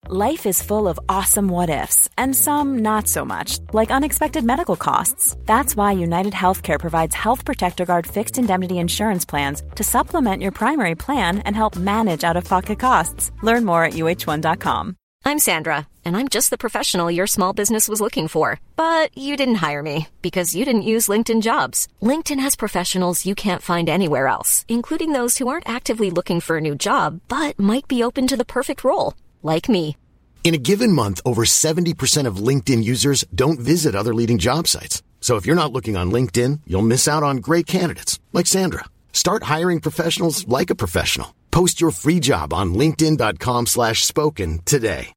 Life is full of awesome what-ifs, and some not so much, like unexpected medical costs. That's why United Healthcare provides Health Protector Guard fixed indemnity insurance plans to supplement your primary plan and help manage out-of-pocket costs. Learn more at uh1.com. I'm Sandra, and I'm just the professional your small business was looking for. But you didn't hire me because you didn't use LinkedIn Jobs. LinkedIn has professionals you can't find anywhere else, including those who aren't actively looking for a new job, but might be open to the perfect role, like me. In a given month, over 70% of LinkedIn users don't visit other leading job sites. So if you're not looking on LinkedIn, you'll miss out on great candidates like Sandra. Start hiring professionals like a professional. Post your free job on linkedin.com/spoken today.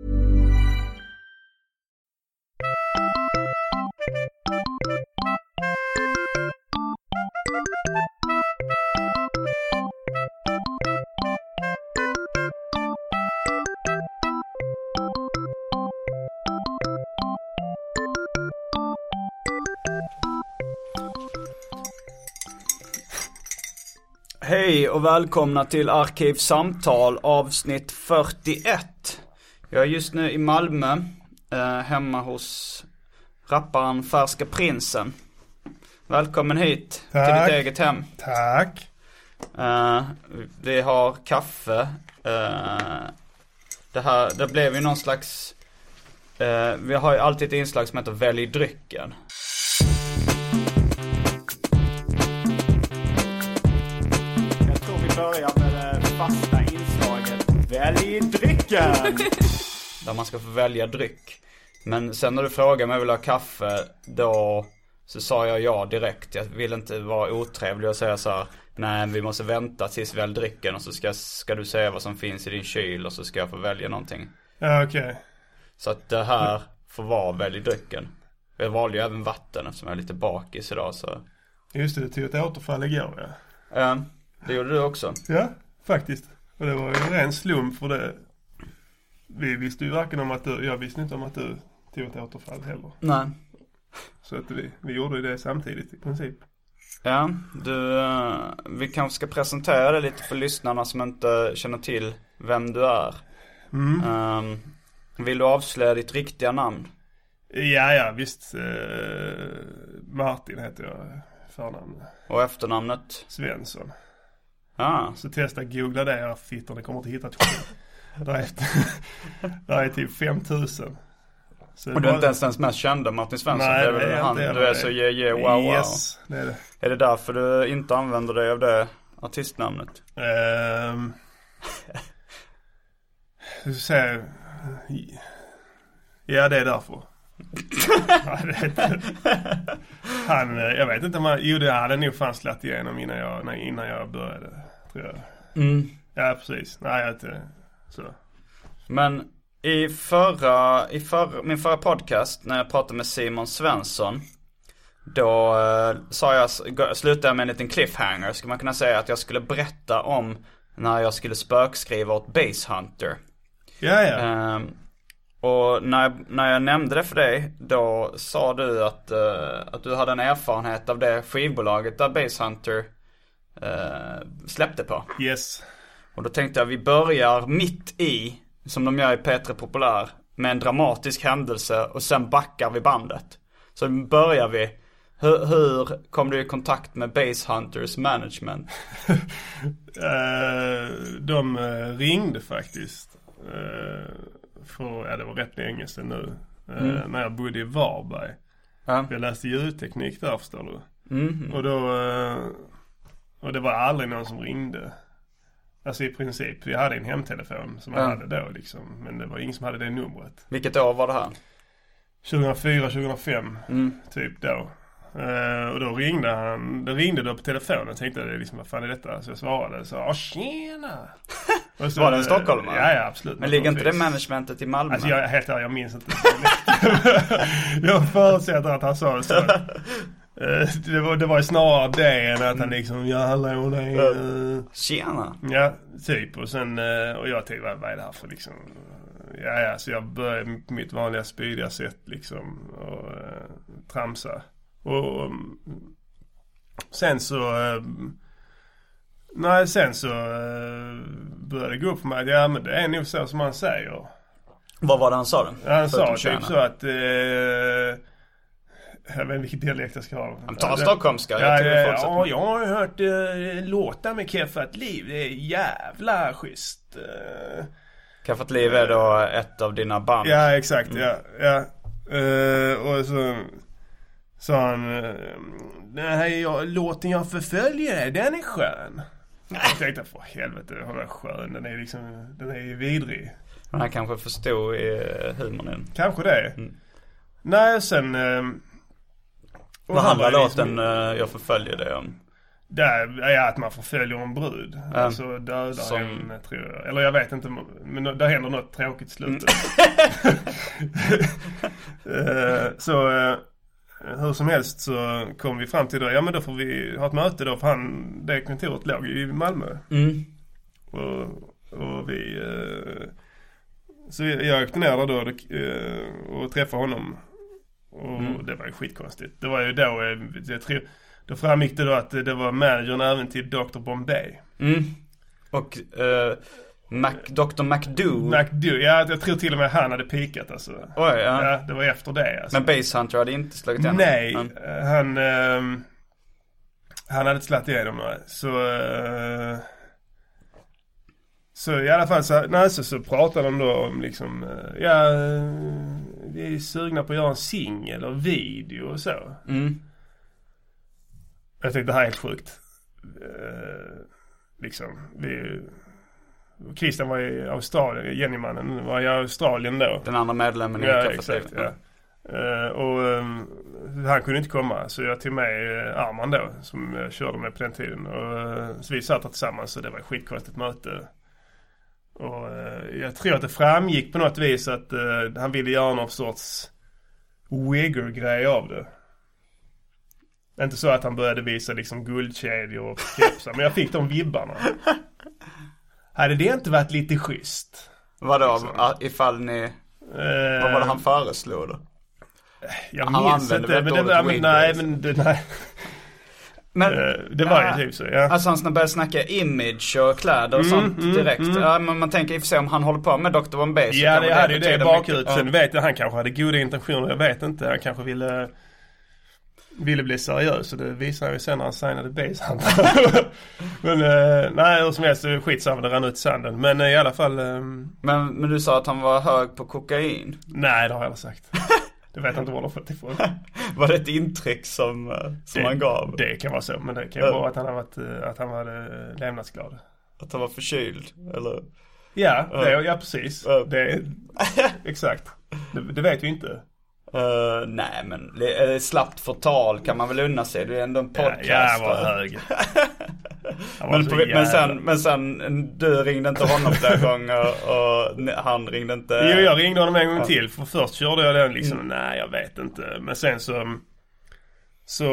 Hej och välkomna till Arkivsamtal avsnitt 41. Jag är just nu i Malmö, hemma hos rapparen Färska Prinsen. Välkommen hit. Tack. Till ditt eget hem. Tack. Vi har kaffe. Det blev ju någon slags... vi har ju alltid ett inslag som heter Välj drycken. Börja med det fasta inslaget Välj drycken. Där man ska få välja dryck. Men sen när du frågar mig vill ha kaffe, då så sa jag ja direkt. Jag vill inte vara otrevlig och säga så här: nej, vi måste vänta tills vi väljer drycken. Och så ska du säga vad som finns i din kyl. Och så ska jag få välja någonting. Ja, okej. Så att det här får vara Välj drycken. Jag valde ju även vatten eftersom jag är lite bakis idag så. Just det, du tog ett återfall igår, ja. Det gjorde du också. Ja, faktiskt. Och det var ju en ren slump för det. Vi visste ju varken om att jag visste inte om att du tog ett återfall heller. Nej. Så att vi gjorde ju det samtidigt i princip. Ja, vi kanske ska presentera det lite för lyssnarna som inte känner till vem du är. Vill du avslöja ditt riktiga namn? Ja, visst. Martin heter jag förnamn. Och efternamnet? Svensson. Så testa googla det här fittor, ni kommer inte hitta ett skit. där är typ 5000. Och du är inte ens mest kända Martin Svensson. Nej, det är han. Du är så wow. Yes, det är det. Är det därför du inte använder dig av det artistnamnet? Du säger ja, det är därför. Jag vet inte om det hade nog fan slatt igenom innan jag började, tror jag. Ja, precis. Nej, inte så. Men i min förra podcast när jag pratade med Simon Svensson, då slutade jag med en liten cliffhanger. Ska man kunna säga att jag skulle berätta om när jag skulle spökskriva åt Basshunter. Ja. Och när jag nämnde det för dig, då sa du att du hade en erfarenhet av det skivbolaget där Basshunter släppte på. Yes. Och då tänkte jag vi börjar mitt i, som de gör i P3 Populär, med en dramatisk händelse och sen backar vi bandet. Så börjar vi. Hur kom du i kontakt med Basshunters management? De ringde faktiskt. Det var rätt länge sedan nu. När jag bodde i Varberg. Jag läste ljudteknik där, förstår du. Och det var aldrig någon som ringde. Alltså i princip, jag hade en hemtelefon som jag hade då liksom. Men det var ingen som hade det numret. Vilket år var det här? 2004-2005 typ då. Och då ringde han. Det ringde då på telefonen. Jag tänkte liksom, vad fan är detta? Så jag svarade så, tjena. Och så, var det en Stockholm? Ja, absolut. Men ligger inte det managementet i Malmö? Alltså jag minns inte. Jag förutsätter att han sa så. Det var ju snarare det än att han liksom, ja hallå nej. Tjena. Ja, typ. Och sen, och jag tänkte, vad är det här för liksom. Ja, så jag började på mitt vanliga spydiga sätt liksom. Och tramsa. Och sen så började det gå upp för mig att ja, men det är nog så som man säger. Vad var det han sa då? Han sa typ så att... jag vet inte vilken dialekt jag ska ha. Ta stockholmska. Jag har hört låta med Keffat Liv. Det är jävla schysst. Keffat Liv är då ett av dina band. Ja, exakt. Ja. Och så sa han... den här låten jag förföljer, den är skön. Jag tänkte, för helvete, den är skön. Den är liksom, den är ju vidrig. Men han kanske förstod humorn. Kanske det. Nej, sen... vad handlar låten jag förföljer det om? Att man förföljer en brud. Alltså dödar henne, tror jag. Eller jag vet inte, men där händer något tråkigt slut. Så hur som helst så kom vi fram till då. Ja, men då får vi ha ett möte då. För det kontoret låg i Malmö. Och vi... så jag åkte ner då och träffade honom. Och det var ju skitkonstigt. Det var ju då då framgick det då att det var managern även till Dr. Bombay. Och Dr. McDo. Ja, jag tror till och med han hade pikat alltså. Oj, ja, det var efter det alltså. Men Basshunter hade inte slagit igenom? Nej, han hade inte slagit igenom. Så i alla fall så pratade de då om liksom, vi är sugna på att göra en singel och video och så. Jag tyckte det här är helt sjukt. Liksom, Christian var i Australien, Jennymannen var i Australien då. Den andra medlemmen i exakt, ja. Och han kunde inte komma, så jag tog med Arman då, som jag körde med på den tiden. Och så vi satt där tillsammans, så det var ett skitkonstigt möte. Och jag tror att det framgick på något vis att han ville göra någon sorts wigger-grej av det. Inte så att han började visa liksom guldkedjor och kepsar, men jag fick de vibbarna. Hade det inte varit lite schysst? Vadå, liksom. Ifall ni... vad var det han föreslog då? Jag minns inte, men det var... Nej. Men det var ju typ så, ja. Alltså han började snacka image och kläder och sånt direkt. Ja, men man tänker i och för sig om han håller på med Dr. Bombay. Ja, det hade ju det i bakhuvudet. Sen vet jag, han kanske hade goda intentioner, jag vet inte. Han kanske ville bli seriös, och det visade ju sen när han signade Basshunter. Men nej, hur som helst, skitsamma, det rann ut i sanden. Men i alla fall... Men du sa att han var hög på kokain. Nej, det har jag aldrig sagt. Det vet jag inte vad de fått ifrån. Var det ett intryck som han gav? Det kan vara så, men det kan ju vara att han var lämnadsglad. Att han var förkyld, eller? Ja, ja precis. Det exakt. Det vet vi inte. Nej, men slappt förtal kan man väl unna sig. Det är ändå en podcast. Ja, jag var hög. Men sen du ringde inte honom flera gånger och han ringde inte. Jo, jag ringde honom en gång till. För först körde jag den liksom, nej jag vet inte. Men sen så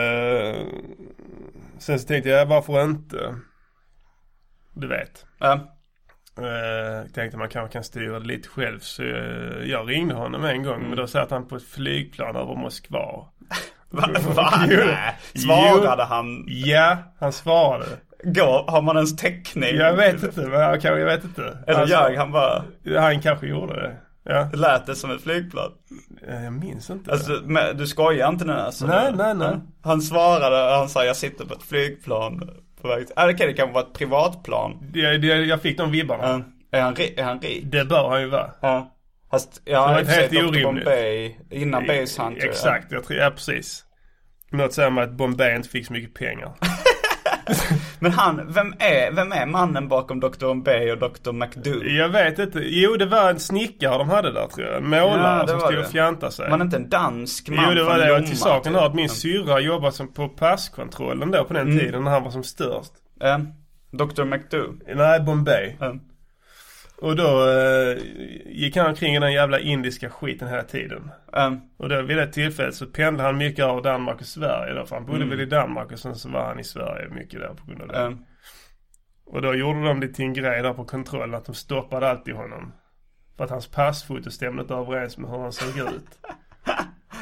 tänkte jag, varför inte? Du vet. Tänkte man kanske kan styra det lite själv. Så jag ringde honom en gång. Men då satt han på ett flygplan över Moskva. Va? Svarade han? Ja, han svarade. Har man ens täckning? Jag vet inte, men jag vet inte. Eller han bara... Han kanske gjorde det. Ja. Det lät det som ett flygplan. Jag minns inte. Alltså, du skojar inte nu alltså? Nej. Han svarade, han sa jag sitter på ett flygplan på väg. Det kan vara ett privatplan. Jag fick de vibbarna. Är han rik? Det bör han ju vara. Ja. Fast jag har helt Dr. Bombay innan Basshunter. Exakt, jag tror, precis. Något säger man att Bombay inte fick så mycket pengar. Men vem är mannen bakom Dr. Bombay och Dr. McDo? Jag vet inte. Jo, det var en snickare de hade där, tror jag. En målare som stod och fjantade sig. Man inte en dansk man. Jo, det var det. Och till saken har att min syrra jobbade på passkontrollen då på den tiden när han var som störst. Dr. McDo? Nej, Bombay. Och då gick han omkring i den jävla indiska skiten hela tiden. Och då vid det tillfället så pendlade han mycket av Danmark och Sverige då. För han bodde väl i Danmark och sen så var han i Sverige mycket där på grund av det. Och då gjorde de det till en grej där på kontrollen att de stoppade alltid honom. För att hans passfoto stämde inte överens med hur han såg ut.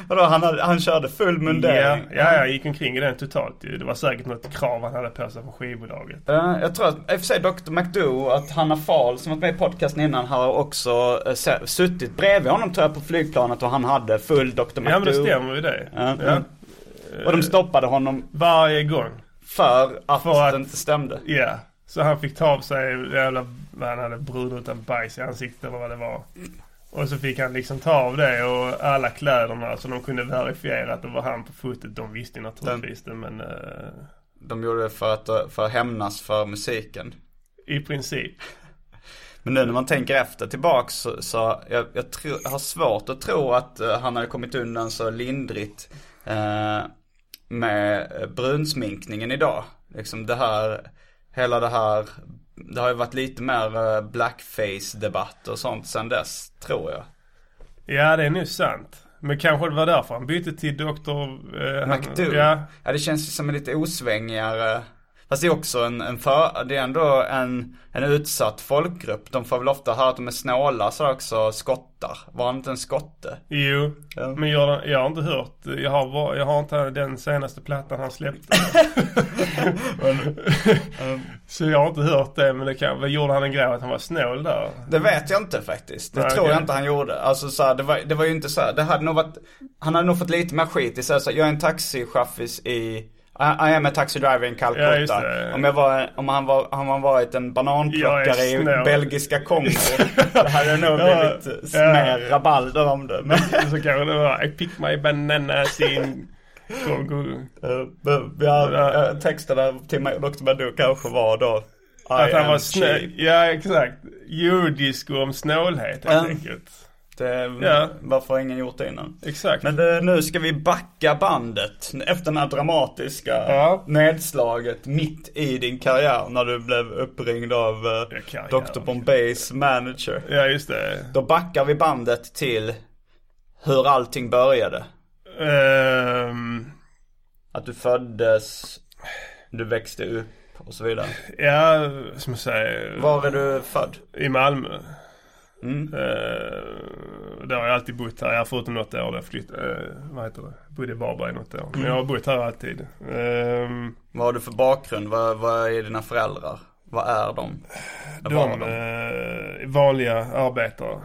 Vadå, han körde full mundering? Ja, jag gick omkring i den totalt. Det var säkert något krav han hade på sig från skivbolaget. Jag tror att, i och för sig Dr. McDo, att Hanna Fahl som var med i podcasten innan har också suttit bredvid honom tror jag på flygplanet och han hade full Dr. McDo. Ja, men det stämmer ju det. Ja. Och de stoppade honom varje gång. För att det inte stämde. Ja, så han fick ta av sig jävla, han hade brud utan bajs i ansiktet eller vad det var. Och så fick han liksom ta av det och alla kläderna så de kunde verifiera att det var han på fotot. De visste naturligtvis det, men... De gjorde det för att hämnas för musiken. I princip. Men nu när man tänker efter tillbaks så jag har svårt att tro att han hade kommit undan så lindrigt med brunsminkningen idag. Liksom det här, hela det här, det har ju varit lite mer blackface-debatt och sånt sen dess, tror jag. Ja, det är nu sant. Men kanske det var därför han bytte till Dr. McDo. Ja, det känns ju som en lite osvängigare. Fast det är också det är ändå en utsatt folkgrupp. De får väl ofta höra att de är snåla så också skottar. Var han inte en skotte? Jo, ja. Men jag har inte hört. Jag har inte den senaste plattan han släppte. Så jag har inte hört det, men gjorde han en grej att han var snål där? Det vet jag inte faktiskt. Det tror jag inte han gjorde. Alltså så här, det var ju inte så här, det hade nog varit, han hade nog fått lite mer skit i så jag är en taxichaffis i I am a taxi driver in Calcutta. Ja, om han varit en bananplockare i belgiska Kongo, det hade nog blivit mer rabalder om det. Men så kan det vara I pick my bananas in Kongo. Texterna till Dr. Madou kanske var då att han var snäll. Ja, exakt. Eurodisco om snålhet helt enkelt. Varför har ingen gjort det innan? Exakt. Men nu ska vi backa bandet efter den här dramatiska nedslaget mitt i din karriär när du blev uppringd av Dr. Bombays manager. Ja, just det. Då backar vi bandet till hur allting började. Att du föddes, du växte upp och så vidare. Ja, som jag säger. Var är du född? I Malmö. Där har jag alltid bott här. Jag har fått något år där jag flyttade. Bodde i Varberg något år. Men jag har bott här alltid. Vad har du för bakgrund? Vad är dina föräldrar? Vad är de? Vanliga arbetare.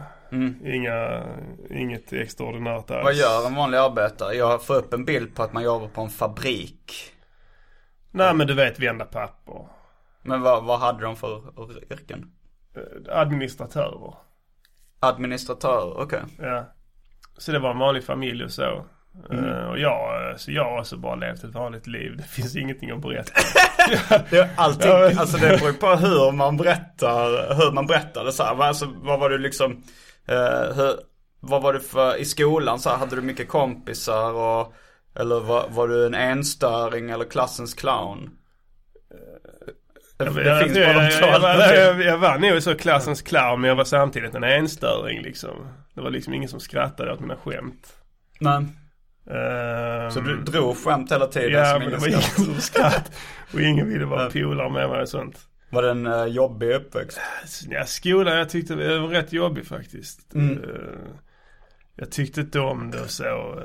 Inget extraordinärt alls. Vad gör en vanlig arbetare? Jag får upp en bild på att man jobbar på en fabrik. Nej, men du vet, vända papper. Men vad hade de för yrken? Administratörer. Administratör, okej. Ja. Så det var en vanlig familj och så. Och jag har också bara levt ett vanligt liv. Det finns ingenting att berätta. Allting, alltså det beror på hur man berättar det så här. Alltså, vad var du liksom vad var du för i skolan så här, hade du mycket kompisar eller var du en enstöring eller klassens clown? Jag var nog så klassens clown, men jag var samtidigt en enstöring liksom. Det var liksom ingen som skrattade åt mina skämt. Nej. Så du drog skämt hela tiden? Ja, men det var ingen som skratt. Och ingen ville vara polare med mig och sånt. Var det en jobbig uppväxt? Ja, skolan jag tyckte det var rätt jobbig faktiskt. Jag tyckte inte om det och så.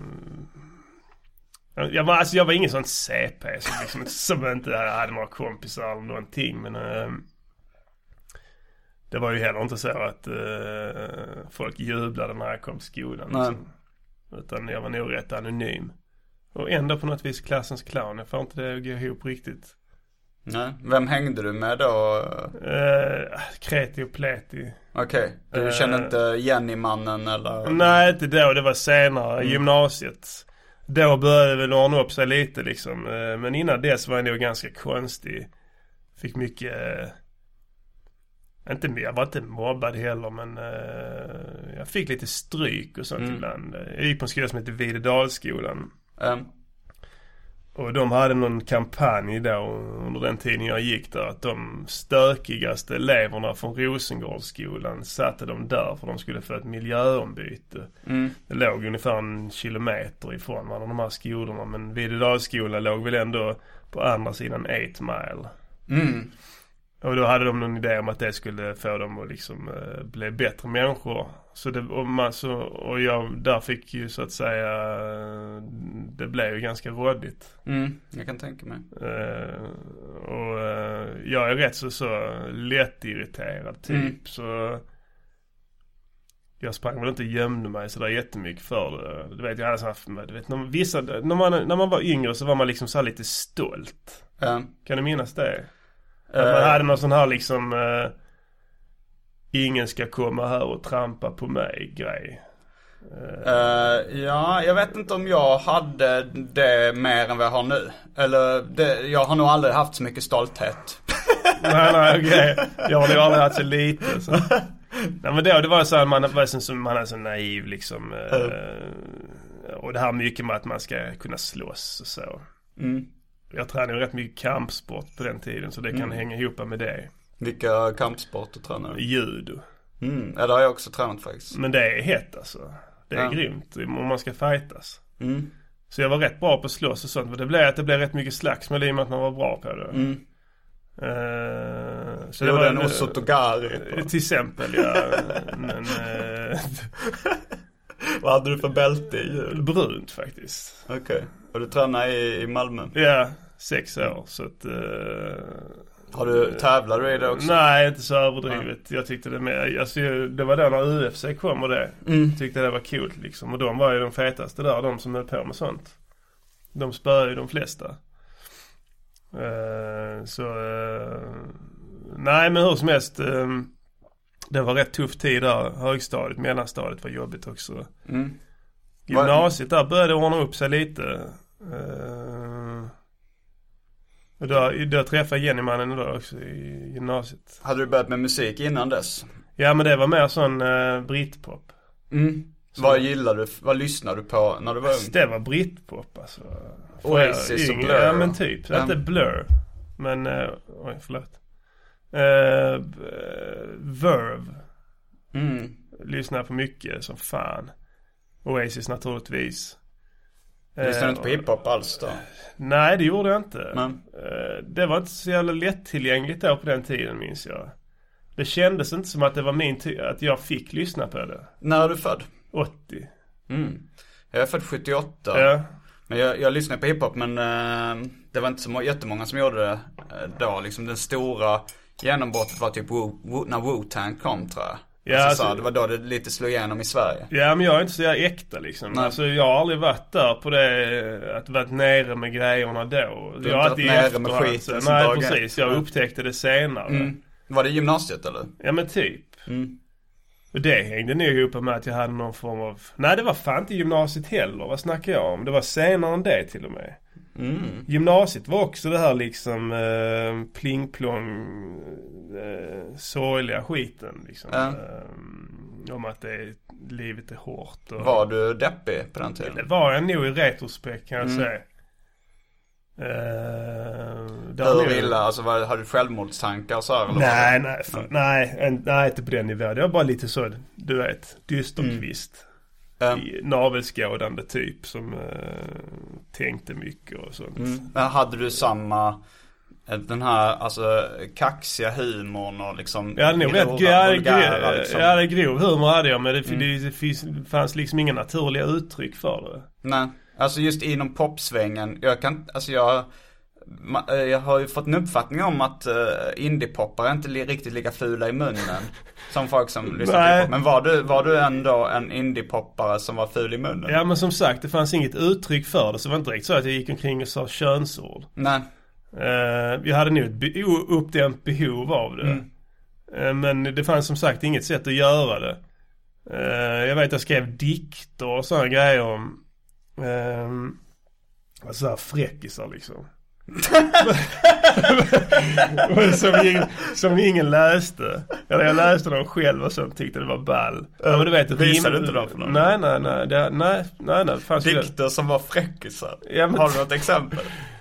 Jag var ingen sån CP som inte hade några kompisar eller någonting. Men det var ju heller inte så att folk jublade när jag kom till skolan. Liksom. Utan jag var nog rätt anonym. Och ändå på något vis klassens clown. Jag får inte det att gå ihop riktigt. Nej. Vem hängde du med då? Kreti och Pleti. Okej. Du kände inte Jenny-mannen eller? Nej, inte då. Det var senare. Gymnasiet. Då började det väl ordna upp sig lite liksom. Men innan dess var jag nog ganska konstig. Fick mycket... jag var inte mobbad heller, men jag fick lite stryk och sånt ibland. Jag gick på en skola som heter Videdalsskolan. Och de hade någon kampanj då under den tiden jag gick där, att de stökigaste eleverna från Rosengårdsskolan satte de där för de skulle få ett miljöombyte. Det låg ungefär 1 kilometer ifrån varandra de här skolorna, men Videdalsskolan låg väl ändå på andra sidan 8 Mile. Och då hade de någon idé om att det skulle få dem att liksom bli bättre människor. Så det, och jag där fick ju så att säga, det blev ju ganska rådigt. Jag kan tänka mig. Jag är rätt så lättirriterad typ. Så jag sprang väl inte och gömde mig så där jättemycket för det. Du vet, jag hade så här, du vet, när man var yngre så var man liksom så här lite stolt. Kan du minnas det? Att man hade någon sån här liksom ingen ska komma här och trampa på mig grej. Ja, jag vet inte om jag hade det mer än vad jag har nu. Eller jag har nog aldrig haft så mycket stolthet. nej, okej. Jag har nog aldrig haft så lite så. Nej, men det var så här, man är så naiv liksom. Och det här mycket med att man ska kunna slåss och så. Jag tränade rätt mycket kampsport på den tiden, så det kan hänga ihop med det. Vilka kampsporter tränar du? Judo. Ja, det har jag också tränat faktiskt. Men det är hett alltså. Det är grymt om man ska fightas. Så jag var rätt bra på att slåss och sånt. Men det blev rätt mycket slagsmål i och med att man var bra på det. Så det var en Osotogari till exempel, ja. Men vad hade du för bälte i jul? Brunt faktiskt. Okej. Och du tränade i Malmö? Ja, 6 år. Så att tävlar du i det också? Nej, inte så överdrivet. Jag tyckte det med, alltså, det var då när UFC kom och det. Tyckte det var kul liksom. Och de var ju de fetaste där, de som höll på med sånt. De spöade ju de flesta. Nej, men hur som helst, det var rätt tuff tid där. Högstadiet, mellanstadiet var jobbigt också. Gymnasiet där började ordna upp sig lite. Och då träffade Jenny mannen då också i gymnasiet. Hade du börjat med musik innan dess? Ja, men det var mer sån britpop. Vad lyssnade du på när du var ung? Det var britpop alltså. Oasis och Blur? Ja, men typ. Inte Blur. Men, förlåt. Verve. Lyssnade på mycket som fan. Oasis naturligtvis. Lyssnade du inte på hiphop alls då? Nej, det gjorde jag inte. Det var inte så jävla lättillgängligt då på den tiden, minns jag. Det kändes inte som att det var att jag fick lyssna på det. När är du född? 80. Jag är född 78. Ja. Men jag lyssnade på hiphop, men det var inte så jättemånga som gjorde det då. Liksom den stora genombrottet var typ när Wu-Tang kom, tror jag. Ja, alltså, det var då det lite slog igenom i Sverige. Ja, men jag är inte så jävla äkta liksom. Alltså, jag har aldrig varit där på det, att varit nere med grejerna då. Du har inte varit nere med skiten. Nej, precis. Jag upptäckte det senare. Var det gymnasiet eller? Ja, men typ. Och det hängde nog ihop med att jag hade någon form av... Nej, det var fan inte gymnasiet heller. Vad snackar jag om? Det var senare än det till och med. Gymnasiet var också det här liksom pling-plong sorgliga skiten liksom. Om att livet är hårt. Och... Var du deppig på den tiden? Det var jag nog i retrospekt, kan jag säga. Hur illa? Alltså, hade du självmordstankar och så här? Nej, inte på den nivån. Det var bara lite så, du vet, dysterkvist. Navelskådande typ som tänkte mycket och sånt. Men hade du samma den här alltså kaxiga humorn och liksom vulgära liksom? Grov humor hade jag, men det fanns liksom inga naturliga uttryck för det. Nej, alltså just inom popsvängen, jag har ju fått en uppfattning om att indiepoppare är inte riktigt lika fula i munnen som folk som lyssnar på. Men var du ändå en indiepoppare som var ful i munnen? Ja, men som sagt, det fanns inget uttryck för det, så det var inte riktigt så att jag gick omkring och sa könsord. Nej. Jag hade nog ett uppdämt behov av det. Men det fanns som sagt inget sätt att göra det. Jag vet att jag skrev dikter och sådana grejer om så här fräckisar liksom. som ingen läste. Eller jag läste dem själv och så tyckte det var ball. Ja, men du vet, visade du inte dem för någon? Nej. Dikter som var fräckisar. Ja, men... Har du något exempel?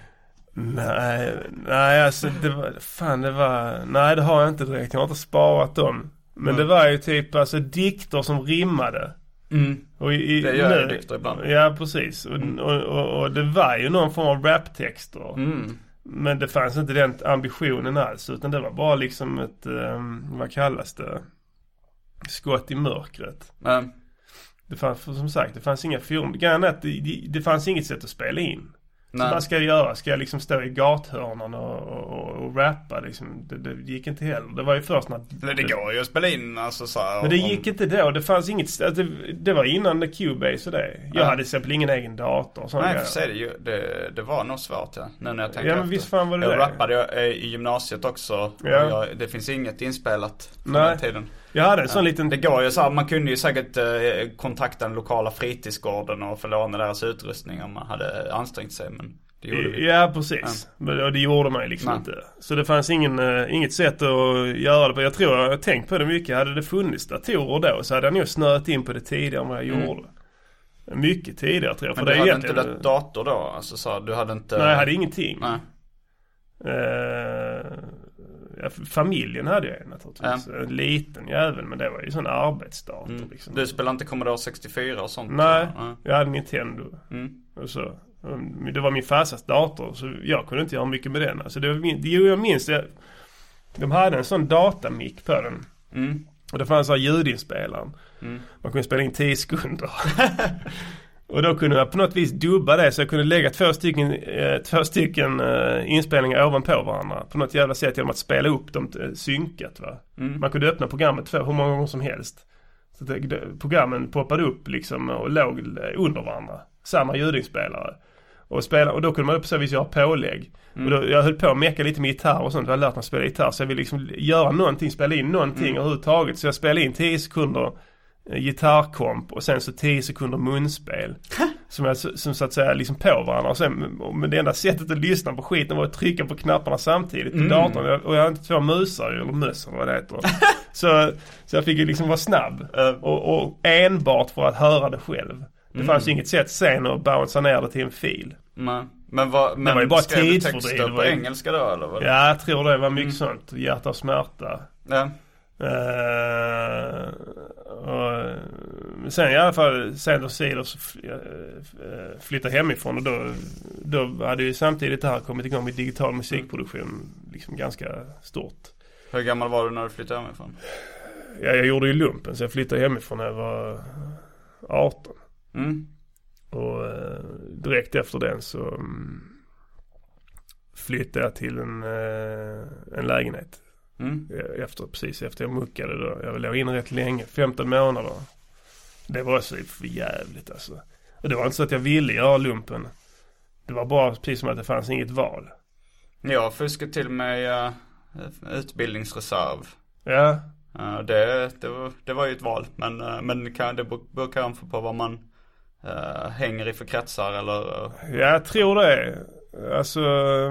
Nej, alltså det var nej, det har jag inte direkt. Jag har inte sparat dem. Men det var ju typ alltså dikter som rimmade. Och det gör jag dikter ibland. Ja, precis. Och det var ju någon form av raptexter. Men det fanns inte den ambitionen alls, utan det var bara liksom ett, vad kallas det, skott i mörkret. Det fanns, som sagt, det fanns inga film. Det fanns inget sätt att spela in. Så vad ska jag göra? Ska jag liksom stå i gathörnan och rappa liksom? Det gick inte heller. Det var ju först när... Det går ju att spela in alltså, så här, men det gick inte då. Det fanns inget... Det var innan Cubase och det. Jag hade till exempel ingen egen dator. Nej, för sig det var nog svårt, nu när jag tänker men visst fan var det. Jag rappade i gymnasiet också. Ja. Det finns inget inspelat på Nej. den tiden. Jag hade en sån liten... Det går ju så här, man kunde ju säkert kontakta den lokala fritidsgården och förlåna deras utrustning om man hade ansträngt sig, men det gjorde vi. Ja, precis. Och det gjorde man ju liksom inte. Så det fanns inget sätt att göra det på. Jag tror jag har tänkt på det mycket. Hade det funnits datorer då så hade jag nog snöat in på det tidigare än vad jag gjorde. Mycket tidigare tror jag. Men för du det hade egentligen... inte dator då? Alltså så du hade inte... Nej, jag hade ingenting. Nej. Familjen hade jag naturligtvis. En liten jävel, men det var ju sån arbetsdator liksom. Du spelade inte Commodore 64 och sånt? Nej, jag hade Nintendo. Och så. Det var min farsas dator, så jag kunde inte göra mycket med den. Alltså jag minns de hade en sån datamick på den. Och det fanns så här ljudinspelaren. Man kunde spela in 10 sekunder. Och då kunde jag på något vis dubba det, så jag kunde lägga två stycken inspelningar ovanpå varandra på något jävla sätt genom att spela upp dem synkat, va. Man kunde öppna programmet hur många gånger som helst. Så programmen poppade upp liksom och låg under varandra. Samma ljudinspelare. Och då kunde man på så vis göra pålägg. Och då, jag höll på att mecka lite med gitarr och sånt. Jag har lärt mig att spela gitarr, så jag ville liksom göra någonting, spela in någonting överhuvudtaget. Så jag spelade in 10 sekunder gitarrkomp och sen så 10 sekunder munspel som så att säga liksom på varandra. Och sen, men det enda sättet att lyssna på skiten var att trycka på knapparna samtidigt på datorn. Och jag hade inte 2 musar eller mössor, vad det heter. så jag fick ju liksom vara snabb och enbart för att höra det själv. Det fanns inget sätt sen att bouncea ner det till en fil. Men det var ju bara tidsfördriv på engelska då, eller vad? Ja, jag tror det var mycket sånt. Hjärta och smärta. Ja. Och sen i alla fall sen då sidor så flyttade hemifrån, och då hade ju samtidigt det här kommit igång med digital musikproduktion liksom ganska stort. Hur gammal var du när du flyttade hemifrån? Ja, jag gjorde ju lumpen, så jag flyttade hemifrån när jag var 18. Och direkt efter den så flyttade jag till en lägenhet. Precis efter jag muckade då. Jag låg in rätt länge, 15 månader. Det var så för jävligt alltså. Och det var inte så att jag ville göra lumpen. Det var bara precis som att det fanns inget val. Jag fuskade till mig utbildningsreserv. Ja. Det var ju ett val. Men det beror kanske på vad man hänger i för kretsar eller... Jag tror det. Alltså...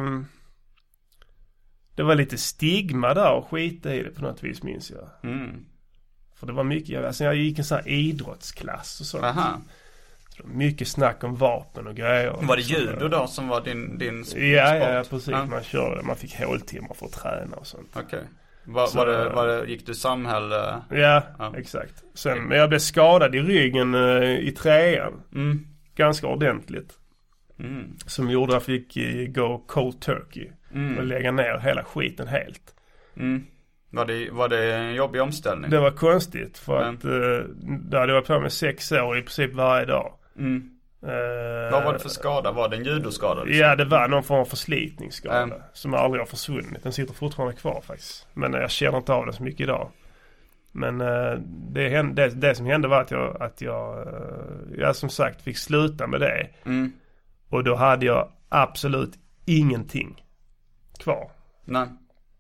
Det var lite stigma där och skita i det på något vis, minns jag. För det var mycket, jag gick en sån här idrottsklass och sånt. Aha. Så mycket snack om vapen och grejer. Var det judo då som var din sport? Ja, precis. Man körde, man fick håltimmar för att träna och sånt. Okej. Gick du samhälle? Ja, exakt. Men jag blev skadad i ryggen i 3:an. Ganska ordentligt. Som gjorde att jag fick gå cold turkey. Och lägga ner hela skiten helt. Var det en jobbig omställning? Det var konstigt för att där hade jag varit på med 6 år i princip varje dag. Vad var det för skada? Var det en judoskada? Liksom? Ja, det var någon form av förslitningsskada som aldrig har försvunnit. Den sitter fortfarande kvar faktiskt. Men jag känner inte av det så mycket idag. Men det som hände var att jag som sagt fick sluta med det. Och då hade jag absolut ingenting kvar. Nej.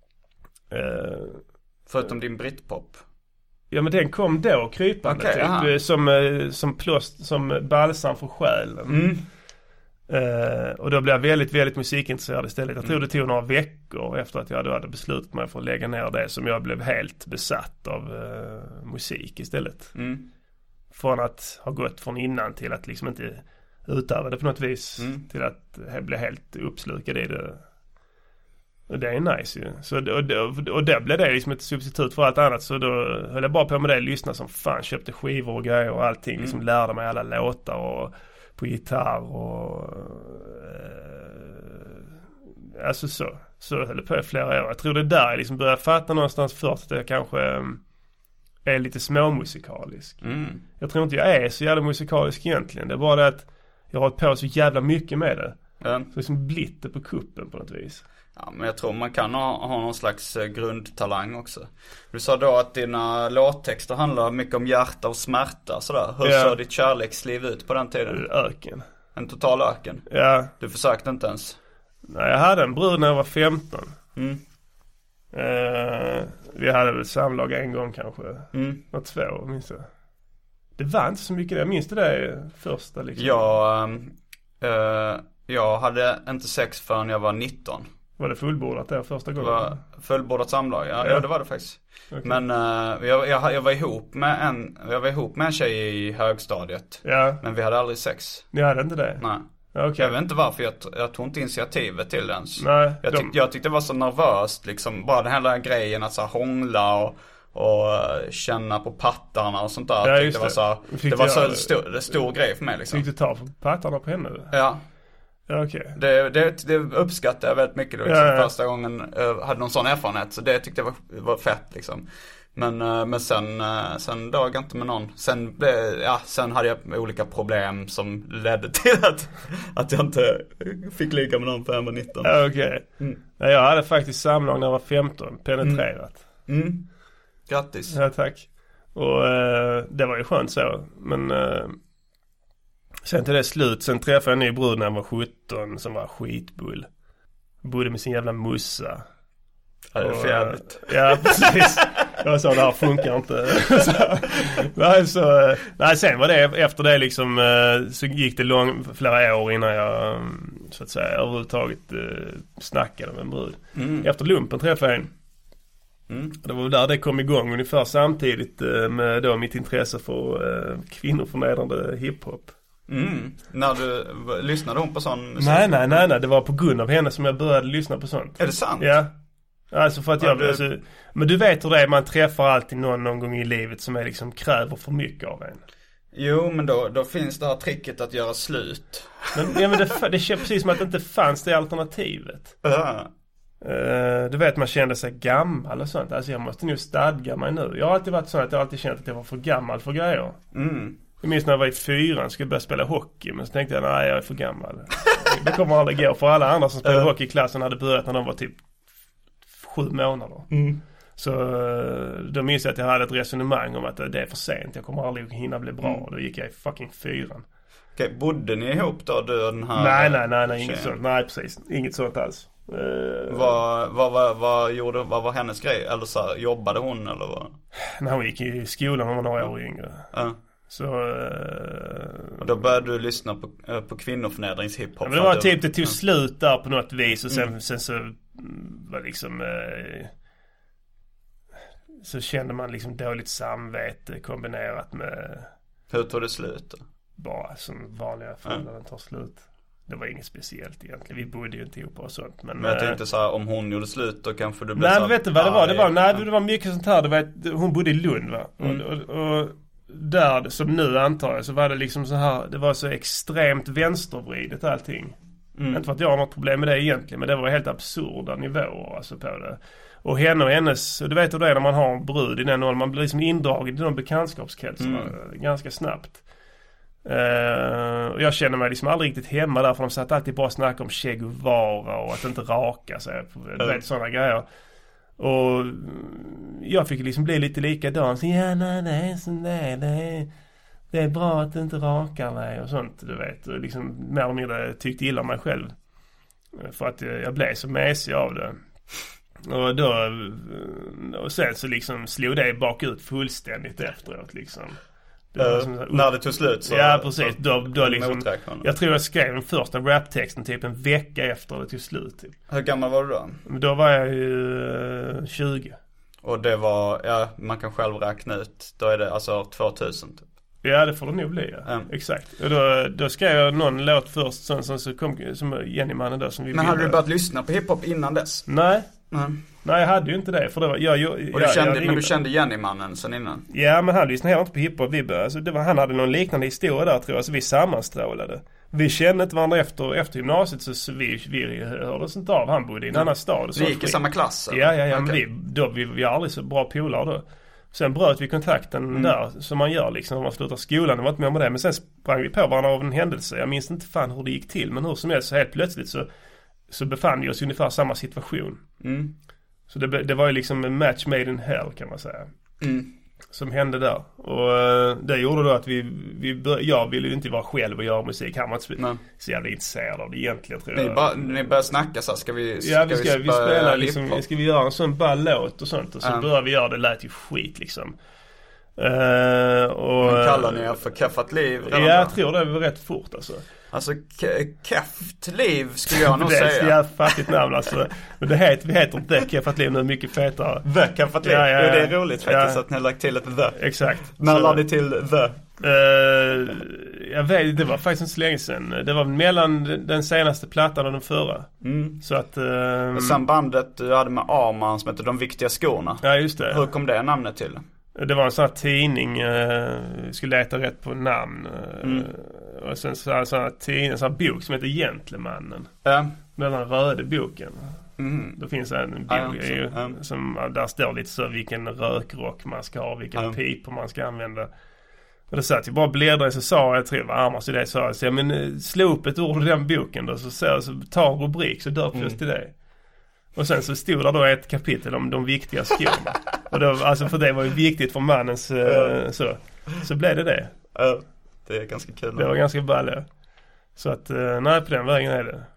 Förutom din Britpop. Ja, men den kom då krypande typ, som balsam för själen. Och då blev jag väldigt, väldigt musikintresserad istället. Jag tror det tog några veckor efter att jag hade beslutat mig för att lägga ner det, som jag blev helt besatt av musik istället. Från att ha gått från innan till att liksom inte utöva det på något vis, till att bli helt uppslukad i det. Och det är nice ju. Och där blev det liksom ett substitut för allt annat. Så då höll jag bara på med det, lyssna som fan, köpte skivor och grejer och allting. Liksom lärde mig alla låtar och på gitarr och Alltså så höll det på i flera år. Jag tror det där jag liksom började fatta någonstans först att jag kanske är lite småmusikalisk. Jag tror inte jag är så jävla musikalisk egentligen. Det är bara det att jag har hållit på så jävla mycket med det. Så liksom blitt på kuppen på något vis. Ja, men jag tror man kan ha någon slags grundtalang också. Du sa då att dina låttexter handlar mycket om hjärta och smärta sådär. Hur såg ditt kärleksliv ut på den tiden? Öken. En total öken? Ja. Du försökte inte ens? Nej, jag hade en brud när jag var 15. Vi hade väl samlag en gång kanske. Och 2, minns jag. Det var inte så mycket det. Jag minns det första liksom. Jag hade inte sex förrän jag var 19. Var det fullbordat där första gången? Fullbordat samlag, ja det var det faktiskt. Okay. Men jag var ihop med en tjej i högstadiet. Ja. Men vi hade aldrig sex. Ni hade inte det? Nej. Okay. Jag vet inte varför, jag tog inte initiativet till ens. Nej, jag tyckte det var så nervöst liksom. Bara den här grejen att så här, hångla och känna på pattarna och sånt där. Ja, det var så stor grej för mig liksom. Fick du ta på pattarna på henne? Ja. Okay. Det uppskattade jag väldigt mycket då, liksom. Första gången jag hade någon sån erfarenhet. Så det tyckte jag var fett liksom. Men sen dög jag inte med någon. Sen hade jag olika problem som ledde till att jag inte fick ligga med någon för jag var 19. Okej. Jag hade faktiskt samlag när jag var 15. Penetrerat. Grattis. Ja, tack. Och det var ju skönt så. Men sen till det slut. Sen träffade jag en ny brud när jag var 17 som var skitbull. Bodde med sin jävla mussa. Ja, det är för jävligt. Ja, precis. Jag sa, det här funkar inte. Nej, sen var det, efter det liksom, så gick det flera år innan jag, så att säga, överhuvudtaget snackade med en brud. Efter lumpen träffade jag en. Det var där det kom igång ungefär samtidigt med då mitt intresse för kvinnoförnedrande hiphop. När du lyssnade hon på sån? Nej, det var på grund av henne som jag började lyssna på sånt. Är det sant? Ja. Alltså för att men du vet hur det är, man träffar alltid någon gång i livet som är liksom kräver för mycket av en. Jo, men då finns det här tricket att göra slut. Men det känns precis som att det inte fanns det alternativet. Du vet, man kände sig gammal och sånt. Alltså jag måste nu stadga mig nu. Jag har alltid varit så att jag alltid känt att jag var för gammal för grejer. Jag minns när jag var i 4 skulle börja spela hockey. Men så tänkte jag, nej, jag är för gammal. Det kommer aldrig gå, för alla andra som spelade hockey i klassen hade börjat när de var typ 7 månader. Så då minns jag att jag hade ett resonemang om att det är för sent. Jag kommer aldrig hinna bli bra. Då gick jag i fucking 4. Okej, bodde ni ihop då, du och den här? Nej, inget sånt. Nej, precis. Inget sånt alls. Vad var hennes grej? Eller så här, jobbade hon eller vad? När hon gick i skolan, hon var några år yngre. Så, och då började du lyssna på kvinnoförnedringshiphop. Ja, men det var typ, det tog slut där på något vis. Och sen så var liksom så kände man liksom dåligt samvete kombinerat med... Hur tog det slut då? Bara som vanliga förhållanden tar slut. Det var inget speciellt egentligen. Vi bodde ju inte ihop och sånt. Men jag tänkte så här, om hon gjorde slut då kanske du blev så... Nej, vet du vad det var? Det var mycket sånt här. Det var, hon bodde i Lund, va? Och där, som nu antar jag, så var det liksom så här, det var så extremt vänstervridet allting. Inte för att jag har något problem med det egentligen, men det var helt absurda nivåer alltså på det. Och henne och hennes, du vet hur det är när man har en brud i den åldern, man blir liksom indragen i de bekantskapskretsarna ganska snabbt. Och jag känner mig liksom aldrig riktigt hemma där, för de satt alltid bara och snackade om Che Guevara och att inte raka sig, du vet, sådana grejer. Och jag fick liksom bli lite likadan. Så nej, det är sån där. Det är bra att du inte rakar dig och sånt, du vet. Och liksom mer och mindre tyckte illa om mig själv. För att jag blev så mesig av det. Och sen så liksom slog det bakut fullständigt efteråt liksom. När det tog slut så... Ja, precis. Då liksom, jag tror jag skrev den första raptexten typ en vecka efter det tog slut. Typ. Hur gammal var du då? Då var jag ju 20. Och det var, ja, man kan själv räkna ut. Då är det alltså 2000 typ. Ja, det får det nog bli, ja. Exakt. Och då skrev jag någon låt först, så kom som Jennymannen då som vi... Men hade du börjat lyssna på hiphop innan dess? Nej, jag hade ju inte det, för det var... Men du kände Jennymannen sen innan? Ja, men han lyssnade heller inte på hiphop. Han hade någon liknande historia där, tror jag, så vi sammanstrålade. Vi kände inte varandra efter gymnasiet, så vi hördes inte av. Han bodde i en annan stad. Vi gick i samma klass? Ja, okay. Men vi var aldrig så bra polare då. Sen bröt vi kontakten där, som man gör liksom när man slutar skolan. Det var inte med om det, men sen sprang vi på varandra av en händelse. Jag minns inte fan hur det gick till, men hur som helst så helt plötsligt så befann vi oss i ungefär samma situation. Så det var ju liksom en match made in hell, kan man säga. Som hände där. Och det gjorde då att jag ville ju inte vara själv och göra musik. Han var inte så jävla intresserad av det egentligen, tror jag. Ni började snacka så här, ska vi spela liksom, ska vi göra en sån ball låt och sånt. Och så började vi göra det, lät ju skit liksom. Men kallar ni er för Keffat Liv? Ja, jag tror det var rätt fort alltså. Alltså Keft Liv skulle jag nog säga. Det är ett jävla fattigt namn alltså. Men vi heter inte Keffat Liv nu, mycket fetare. The Keffat Liv? Ja, det är roligt faktiskt att ni har lagt till ett The. Exakt. När lade ni till The? Jag vet, det var faktiskt inte så länge sedan. Det var mellan den senaste plattan och den förra. Så att och sen bandet du hade med Arman som heter De Viktiga Skorna. Ja, just det. Hur kom det namnet till? Det var en sån här tidning, skulle leta rätt på namn. Och sen så en sån här bok som heter Gentlemannen. Den här röda boken. Då finns en bok som där står lite så vilken rökrock man ska ha, vilken piper man ska använda. Och då satt jag bara bläddrade, så sa jag tror Armas idé, sa jag, men slå upp ett ord i den boken då, så ta en rubrik så döp just till det. Och sen så stod det då ett kapitel om de viktiga skorna. Och då, alltså för det var ju viktigt för mannens så blev det. Det är ganska kul. Det var ganska balligt. Så att nej, på den vägen är det.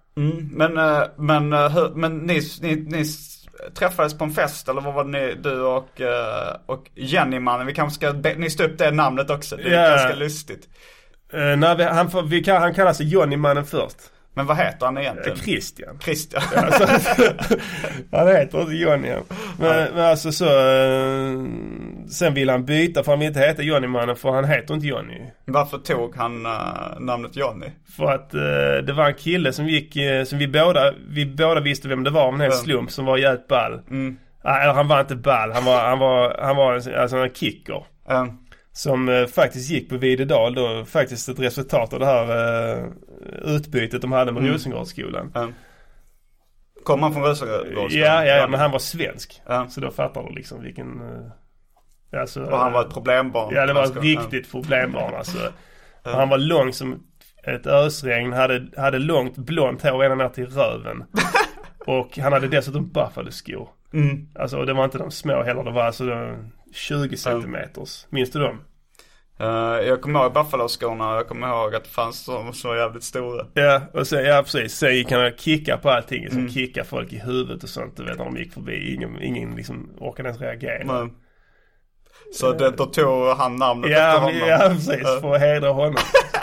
Men ni träffades på en fest, eller vad var det du och Jenny-mannen? Vi kanske ska nysta upp det namnet också. Det är ganska lustigt. Nej, han kallar sig Johnny-mannen först. Men vad heter han egentligen? Christian. Alltså, han heter inte Johnny. Men alltså så sen vill han byta, för han vill inte heta Johnny-mannen, för han heter inte Johnny. Varför tog han namnet Johnny? För att det var en kille som gick, som vi båda visste vem det var, en hel slump, som var jävligt ball. Eller han var inte ball, han var alltså en kicker. Som faktiskt gick på Videdal då, faktiskt ett resultat av det här utbytet de hade med Rosengårdsskolan. Kom han från Rosengårdsskolan? Ja, men han var svensk. Så då fattar du liksom vilken... alltså, och han var ett problembarn. Ja, det var ett riktigt problembarn alltså. Han var lång som ett ösregn, hade långt blont hår ända ner till röven. Och han hade dessutom buffade skor. Alltså, och det var inte de små heller, det var alltså 20 centimeters. Minns du dem? Jag kommer ihåg Buffalo-skorna. Jag kommer ihåg att det fanns de som var jävligt stora. Ja, och sen, precis. Sen gick han kicka på allting. Liksom kicka folk i huvudet och sånt. Du vet, när de gick förbi. Ingen liksom orkade ens reagera. Så då tog han namnet efter honom? Ja, precis. För att hedra honom.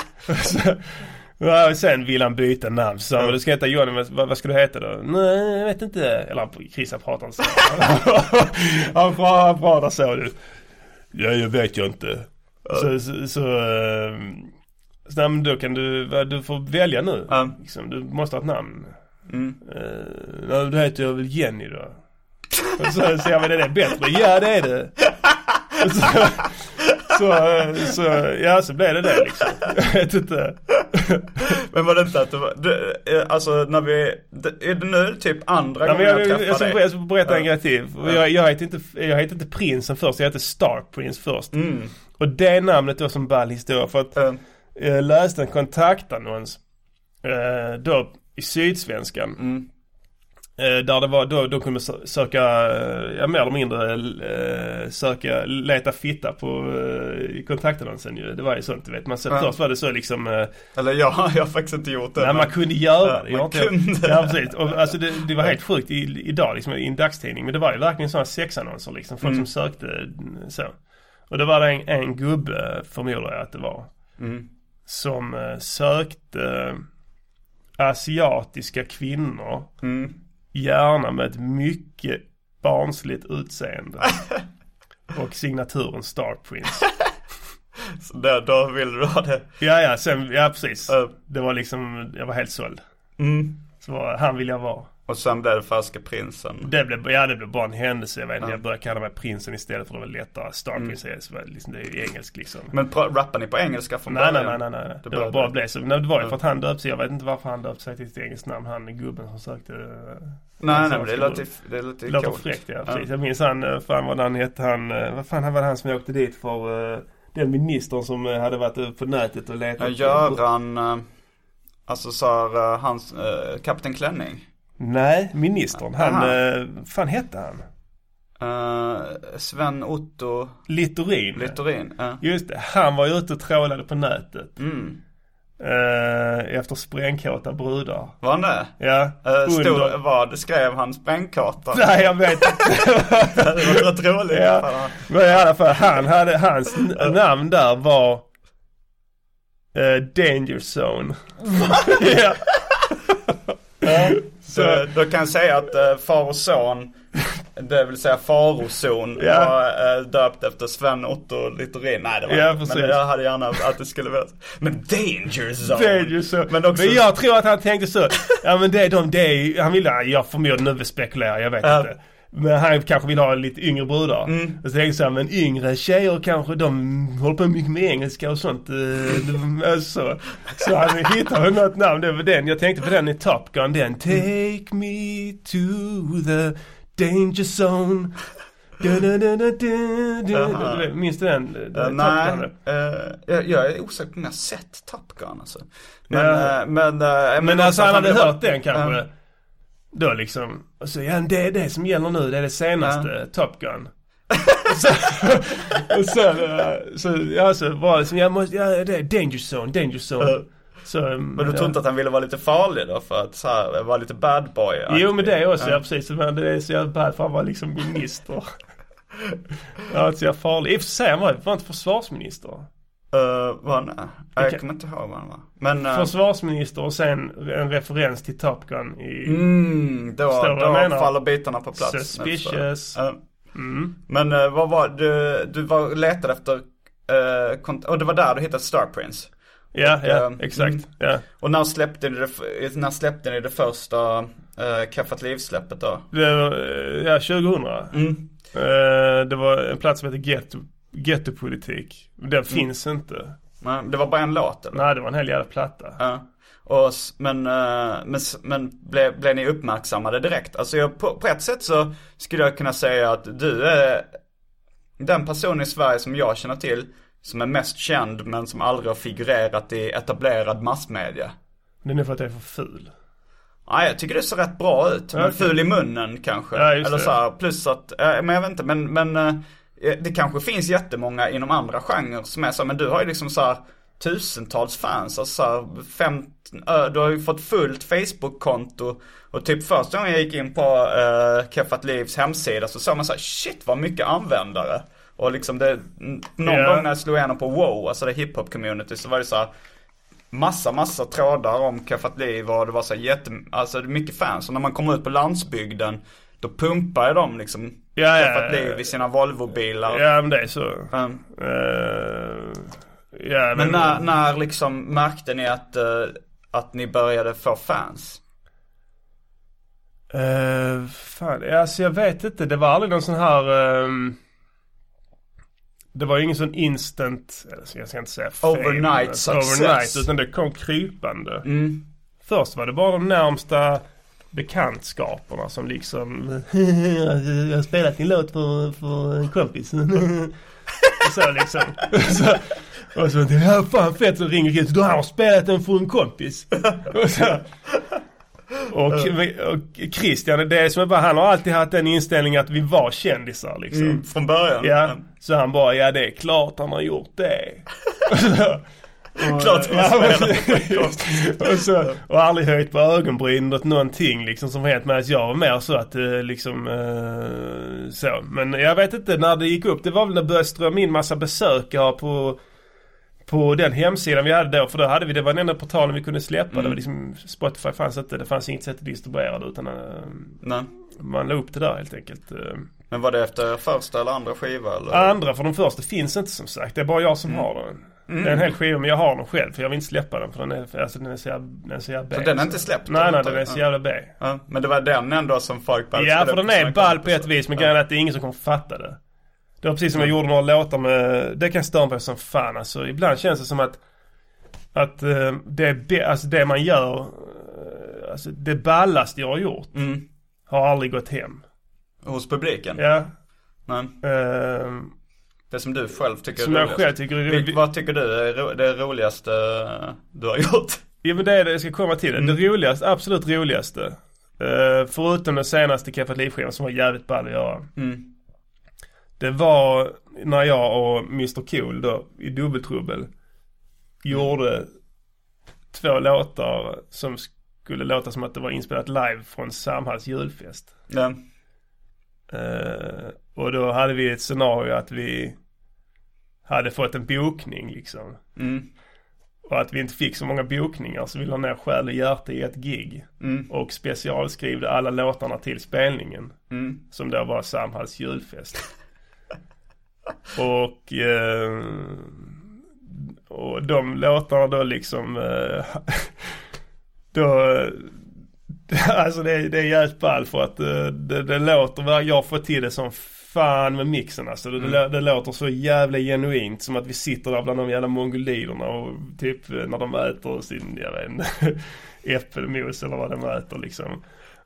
Sen vill han byta namn. Så du ska heta Johnny, vad ska du heta då? Nej, jag vet inte. Eller Christian pratar inte så. han pratar så du. Ja, jag vet jag inte. Så men då kan du får välja nu. Liksom, du måste ha ett namn. Då heter jag väl Jenny då. Och så säger jag, men är det bättre? Ja, det är det. Så blev det liksom. Jag vet inte. Men var det inte att alltså när är det nu typ andra gången jag träffar dig? Jag ska berätta en grej till. Jag heter inte Prinsen först, jag heter Star Prince först. Och det namnet var som ball historia, för att jag läste en kontaktannons då i Sydsvenskan. Där det var då kunde man söka mer eller mindre leta fitta på i kontaktannonsen ju. Det var ju sånt, du vet. Först var det så liksom eller jag har faktiskt inte gjort det. Nej, man kunde göra det. Man kunde. Ja, precis. Och alltså det var helt sjukt idag liksom, i en dagstidning, men det var ju verkligen sådana sexannonser liksom, folk som sökte så. Och det var det en gubbe, förmodar jag att det var, som sökte asiatiska kvinnor, gärna med ett mycket barnsligt utseende och signaturen Star Prince. Så då ville du ha det? Ja, precis. Det var liksom, jag var helt såld. Så han ville jag vara. Och sen blev det Färska prinsen. Det blev bara en händelse. Jag vet inte, jag började kalla mig prinsen istället för det var lättare. Star Prince liksom, det är ju engelsk liksom. Men rappar ni på engelska från början? Nej. Det var bara blev så. Det var ju för att han döpte sig. Jag vet inte varför han döpte sig till ett engelskt namn. Han är gubben som sökte... Nej, men det låter fräckt, ja. Precis. Jag minns vad fan var det han som åkte dit för den ministern som hade varit på nätet och letat. Göran, alltså så hans Kapten Klänning. Nej, ministern. Han, fan hette han? Sven Otto Littorin. Ja. Just det, han var ju ute och trålade på nätet. Efter sprängkåta brudar. Var han det? Ja. Vad skrev han sprängkåta? Nej, jag vet inte. Det var rätt roligt. Ja. Men i alla fall, hans namn där var Danger Zone. Ja. Så då kan jag säga att far och son, det vill säga farozon, var döpt efter Sven Otto Littorin. Nej, det var inte. Men jag hade gärna att det skulle vara. Men Danger Zone. Men jag tror att han tänkte så. Ja, men han ville, jag förmodar nu spekulera, jag vet inte. Men han kanske vill ha lite yngre brudar. Och så tänkte jag så här, men yngre tjejer kanske, de håller på mycket med engelska och sånt. Så han hittade något namn, det var den. Jag tänkte på den i Top Gun, den. Take me to the danger zone. Minns du den? Nej, jag är osäker på om jag har sett Top Gun alltså. Men alltså han hade hört den kanske. Då liksom, och så, det är det som gäller nu, det är det senaste Top Gun. Så var det som det är Danger Zone. Men du tror inte att han ville vara lite farlig då, för att så här, vara lite bad boy? Jo, men det är också, precis. Men det är så jävla bad för att vara liksom minister. Ja, så jag farlig. I och för sig, han var inte försvarsminister. Jag kommer inte ihåg vad han var. Men, försvarsminister och sen en referens till Top Gun i... Då faller bitarna på plats. Suspicious. Men vad var du var letad efter och det var där du hittade Star Prince. Ja, exakt. Ja. Och när släppte ni det första Kaffat Liv-släppet då? 2000. Det var en plats som heter Ghettopolitik. Den finns inte. Nej, det var bara en låt eller? Nej, det var en hel jävla platta. Ja. Men blev ni uppmärksammade direkt? Alltså på ett sätt så skulle jag kunna säga att du är den person i Sverige som jag känner till som är mest känd men som aldrig har figurerat i etablerad massmedia. Det är nog för att jag är för ful. Nej, jag tycker det ser rätt bra ut. Men ful i munnen kanske. Ja, just eller det. så här, plus att, men jag vet inte, men det kanske finns jättemånga inom andra genrer som är så, men du har ju liksom så här tusentals fans, alltså så här, du har ju fått fullt Facebook-konto och typ första gången jag gick in på Kaffat Livs hemsida så såg man så här, shit vad mycket användare. Och liksom någon gång när jag slog igenom på WoW, alltså det hiphop-community, så var det så här massa trådar om Kaffat Liv och det var så här alltså det är mycket fans. Och när man kommer ut på landsbygden då pumpar jag dem liksom Kaffat Liv i sina Volvo-bilar. Ja, men det är så. Men när liksom märkte ni att ni började få fans? Alltså jag vet inte. Det var aldrig någon sån här det var ingen sån instant, jag ska inte säga overnight success, utan det kom krypande. Först var det bara de närmsta bekantskaperna som liksom jag har spelat din låt för en kompis. Så liksom och så ja, fan fett, så ringer Chris, då har han spelat den för en kompis. Och Christian, det är som bara, han har alltid haft den inställningen att vi var kändisar liksom. Från början. Ja, så han bara, ja det är klart han har gjort det. Klart och aldrig höjt på ögonbryn åt någonting liksom som helt med att jag var mer så att liksom så. Men jag vet inte när det gick upp, det var väl när det började strömma in massa besökare på den hemsidan vi hade då, för då hade vi, det var den enda portalen vi kunde släppa. Det var liksom, Spotify fanns inte, det fanns inget sätt att distribuera det utan man la upp det där helt enkelt. Men var det efter första eller andra skiva? Eller? Andra, för de första finns inte som sagt, det är bara jag som har den. Det är en hel skiva, men jag har den själv för jag vill inte släppa den för den är så jävla B. Så den är inte släppt? Nej, den är så jävla B. Ja, men det var den ändå som folk bara... Ja, för den är ball på ett vis, men grejen är att det är ingen som kommer fatta det. Det var precis som jag gjorde några låtar med... Det kan störa på som fan, alltså. Ibland känns det som att det man gör, alltså det ballaste jag har gjort har aldrig gått hem. Hos publiken? Ja. Nej. Det som du själv tycker som är roligast. Jag själv tycker vad tycker du är det roligaste du har gjort? Ja, men det är det jag ska komma till. Det roligaste, absolut roligaste, förutom den senaste Keffat Liv-skivan som var jävligt ball att göra. Det var när jag och Mr. Cool då i Dubbeltrubbel gjorde 2 låtar som skulle låta som att det var inspelat live från Samhalls julfest. Ja. Och då hade vi ett scenario att vi hade fått en bokning liksom. Och att vi inte fick så många bokningar, så vi la ner själ och hjärta i ett gig. Och specialskrivde alla låtarna till spelningen. Som då var Samhalls julfest. Och de låtarna då liksom alltså det är jävligt ball för att det låter, jag får till det som fan med mixen alltså. Det låter så jävla genuint, som att vi sitter där bland de jävla mongoliderna och typ när de äter sin, jag vet inte, äppelmos eller vad de äter liksom.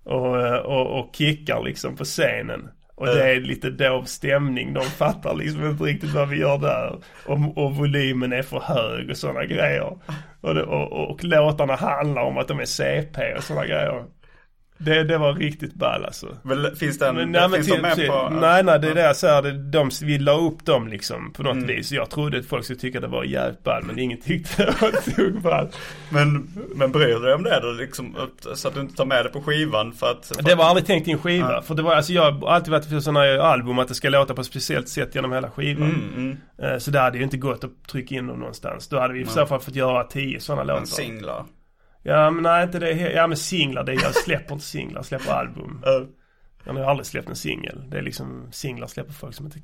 Och kickar liksom på scenen. Och det är lite dov stämning. De fattar liksom inte riktigt vad vi gör där. Och volymen är för hög och sådana grejer. Och låtarna handlar om att de är CP och sådana grejer. Det var riktigt ball alltså. Finns det med på? Nej, det är det jag säger. Vi la upp dem liksom på något vis. Jag trodde att folk skulle tycka det var jävligt ball, men ingen tyckte det var tog ball. Men bryr du dig om det då liksom, så att du inte tar med det på skivan för att... Det var aldrig tänkt i en skiva. För det var, alltså, jag har alltid varit för sådana album att det ska låta på ett speciellt sätt genom hela skivan. Så det hade ju inte gått att trycka in dem någonstans. Då hade vi i så fall fått göra 10 sådana låtar. En singlar. Ja, men nej, inte det. Ja, men singlar, jag släpper inte singlar, jag släpper album. Jag har aldrig släppt en singel. Det är liksom, singlar släpper folk som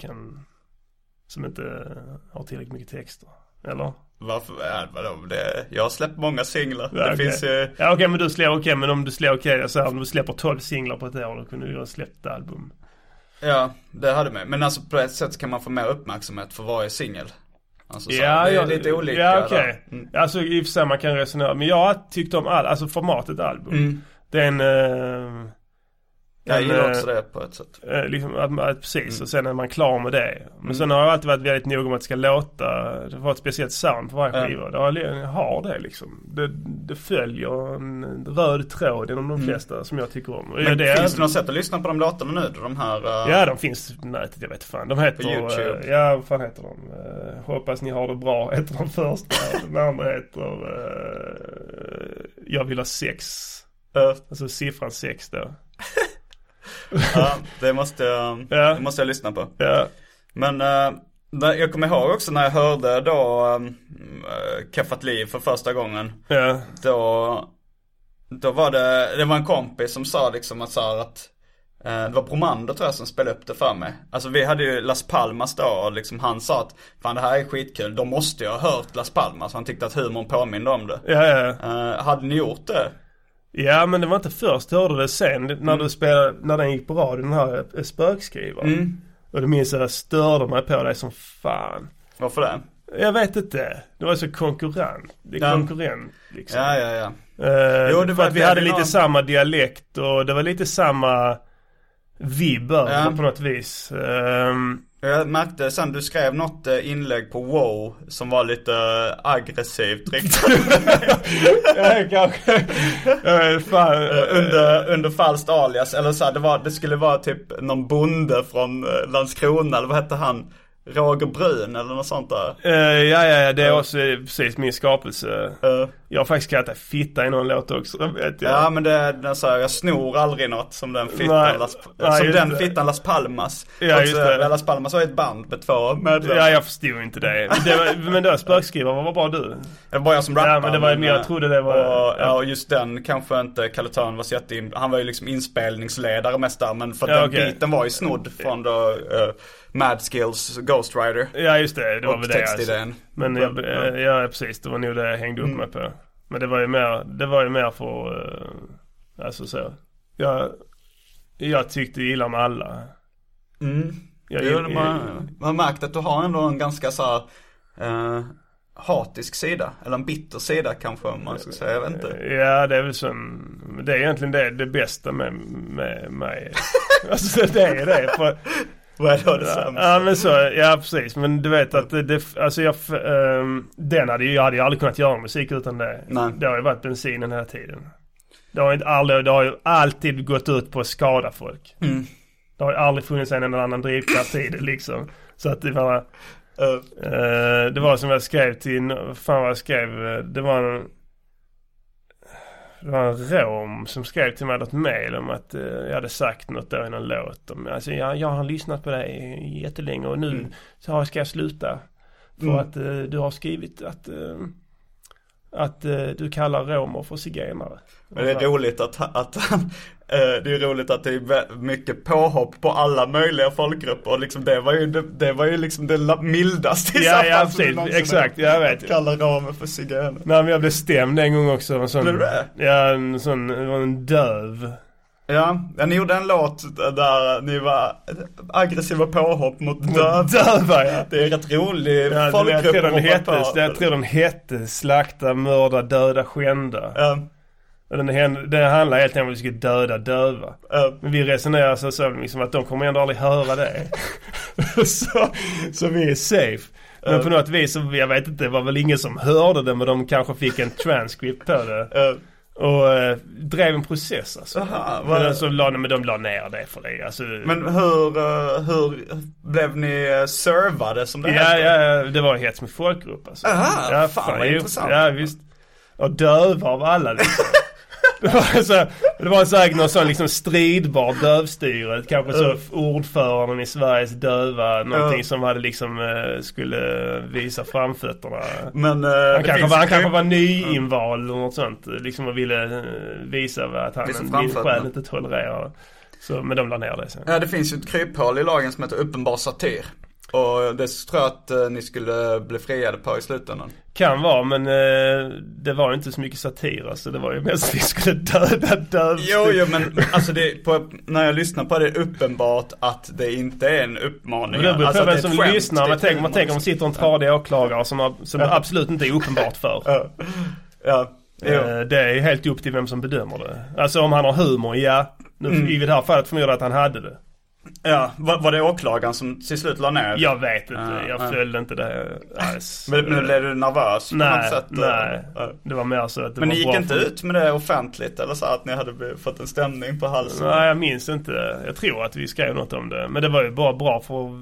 inte har tillräckligt mycket texter. Eller? Varför? Vadå? Jag har släppt många singlar. Ja, det finns ju... Ja, okej, men du släpper, men om du släpper, om du släpper 12 singlar på ett år, då kunde du ju ha släppt album. Ja, det hade med. Men alltså på ett sätt kan man få mer uppmärksamhet för varje singel. Alltså, det är lite olika. Ja, okej. Alltså i och för sig man kan resonera. Men jag tyckte om alltså formatet album. Det är en... Jag gillar också det på ett sätt. Liksom, precis, och sen är man klar med det. Men sen har jag alltid varit väldigt noga med att det ska låta, det var ett speciellt sound på varje skiva. Jag har det liksom. Det följer en röd tråd inom de flesta som jag tycker om. Men finns det något sätt att lyssna på de låtarna nu? De här, Ja, de finns på nätet, jag vet fan. De heter... På YouTube. Ja, vad fan heter de? Hoppas ni har det bra, heter de första. Den andra heter Jag vill ha sex. Alltså siffran 6 då. Ja, det måste jag lyssna på. Ja. Men jag kommer ihåg också när jag hörde då Keffat Liv för första gången. Ja. Då var det var en kompis som sa liksom att det var Bromander tror jag som spelade upp det för mig. Alltså vi hade ju Las Palmas då och liksom han sa att fan det här är skitkul, då måste jag ha hört Las Palmas. Han tyckte att humorn påminner om det. Ja. Hade ni gjort det? Ja, men det var inte först, hörde det sen när du spelade, när den gick på radion, den här spökskrivaren. Och det minns jag störde mig på dig som fan. Varför det? Jag vet inte. Det var så konkurrent. Det är konkurrent liksom. Ja. Jo, det var för att vi hade lite samma dialekt och det var lite samma vibbar på något vis. Jag märkte sen du skrev något inlägg på WoW som var lite aggressivt riktat. Kanske. Under falskt alias. Eller så här, det skulle vara typ någon bonde från Landskrona. Eller vad hette han? Roger Brun eller något sånt där. Ja, det är också precis min skapelse. Jag har faktiskt kallat det fitta i någon låt också, vet jag. Ja, men det är så här, jag snor aldrig något som den fittan fittan Las Palmas. Ja, just det. Las Palmas var ett band med 2 medlemmar. Ja, jag förstod inte det. Men då spökskrivare var bara du. Det var jag som rappade. Ja, men det var mer, jag trodde det var... Och just den kanske inte Kalle Törn var så han var ju liksom inspelningsledare mest där. Men för att den biten var ju snodd från då... Mad Skills Ghost Rider. Ja, just det var väl det textidén. Men ja, precis, det var nog det jag hängde upp mig på. Men det var ju mer för alltså så. Jag tyckte illa om alla. Man har märkt att du har ändå en ganska så här, hatisk sida. Eller en bitter sida kanske, om man ska säga, jag vet inte. Ja, det är väl det är egentligen det bästa med mig. Alltså det är det. Vad är det sämsta? Ja, men så, ja precis. Men du vet att alltså jag hade ju aldrig kunnat göra musik utan det. Nej. Det har ju varit bensinen hela tiden. Det har ju alltid gått ut på att skada folk. Det har ju aldrig funnits en eller annan drivkraft i det liksom. Så att det var som jag skrev till, fan vad jag skrev, det var en rom som skrev till mig något mejl om att jag hade sagt något där i någon låt. Alltså jag har lyssnat på dig jättelänge och nu ska jag sluta. För att du har skrivit att du kallar romer för zigenare. Men det är roligt att det är roligt att det är mycket påhopp på alla möjliga folkgrupper, och liksom det var ju liksom det mildaste i precis, exakt, jag vet. Att kalla romer för zigenare. Nej, men jag blev stämd en gång också. Blev det? Ja, en döv. Ja, ni gjorde en låt där ni var aggressiva påhopp mot döva. Ja. Det är rätt rolig folkgrupp. Jag tror den hette Slakta, mörda, döda, skända. Ja. Och det handlar helt enkelt om att vi ska döda döva. Men vi resonerar så liksom att de kommer ändå aldrig höra det. så vi är safe. Men på något vis, jag vet inte, det var väl ingen som hörde det, men de kanske fick en transcript på det. Och drev en process alltså. Men de la ner det för det alltså. Men hur blev ni servade som det här? Ja, det var hets med folkgrupp alltså. Ja, fan vad intressant. Ja, visst. Och döva av alla liksom. Det var säkert någon sån liksom stridbar dövstyre. Kanske så ordföranden i Sveriges döva, någonting som hade liksom skulle visa framfötterna. Men han kanske var nyinvald eller något sånt, liksom, och ville visa att han själv inte tolererar. Så, men de la ner det sen. Ja, det finns ju ett kryphål i lagen som heter uppenbar satir. Och det tror jag att ni skulle bli friade på i slutändan. Kan vara, men det var inte så mycket satir. Alltså, det var ju mest att vi skulle döda. Jo, men alltså när jag lyssnar på det är uppenbart att det inte är en uppmaning. Men det beror på vem som lyssnar. Man tänker om man sitter en tradig åklagare som det absolut inte är uppenbart för. Ja. Det är helt upp till vem som bedömer det. Alltså om han har humor, ja. Nu, i det här fallet förmodar att han hade det. Ja, var det åklagaren som till slut la ner? Jag vet inte, jag följde inte det alls. Men blev du nervös på något sätt? Nej, det var mer så att det men var ni gick inte ut med det offentligt eller så att ni hade fått en stämning på halsen? Nej, jag minns inte. Jag tror att vi skrev något om det. Men det var ju bara bra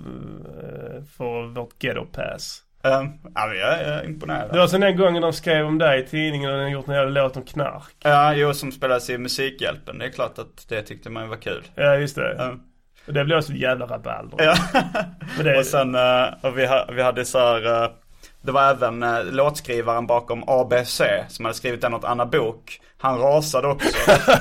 för vårt ghetto pass. Ja, jag är imponerad. Det var sen den gången de skrev om dig i tidningen och den gjort en jävla låt om knark. Ja, som spelades i Musikhjälpen. Det är klart att det tyckte man var kul. Ja, just det. Och det blev också jävla rabalder. Ja. Och sen vi hade så här, det var även låtskrivaren bakom ABC som hade skrivit en åt Anna Bok. Han rasade också.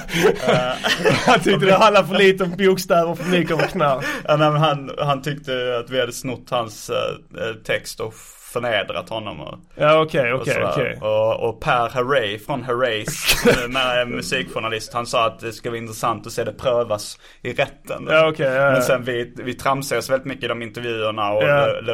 Han tyckte det handlade för lite om bokstäver, för mycket om knark. Ja, nej, men han tyckte att vi hade snott hans text och förnedrat honom. Ja, okej. Och Per Herrey från Herreys, med musikjournalist, han sa att det ska vara intressant att se det prövas i rätten. Ja, okej. Men sen vi tramsades väldigt mycket i de intervjuerna och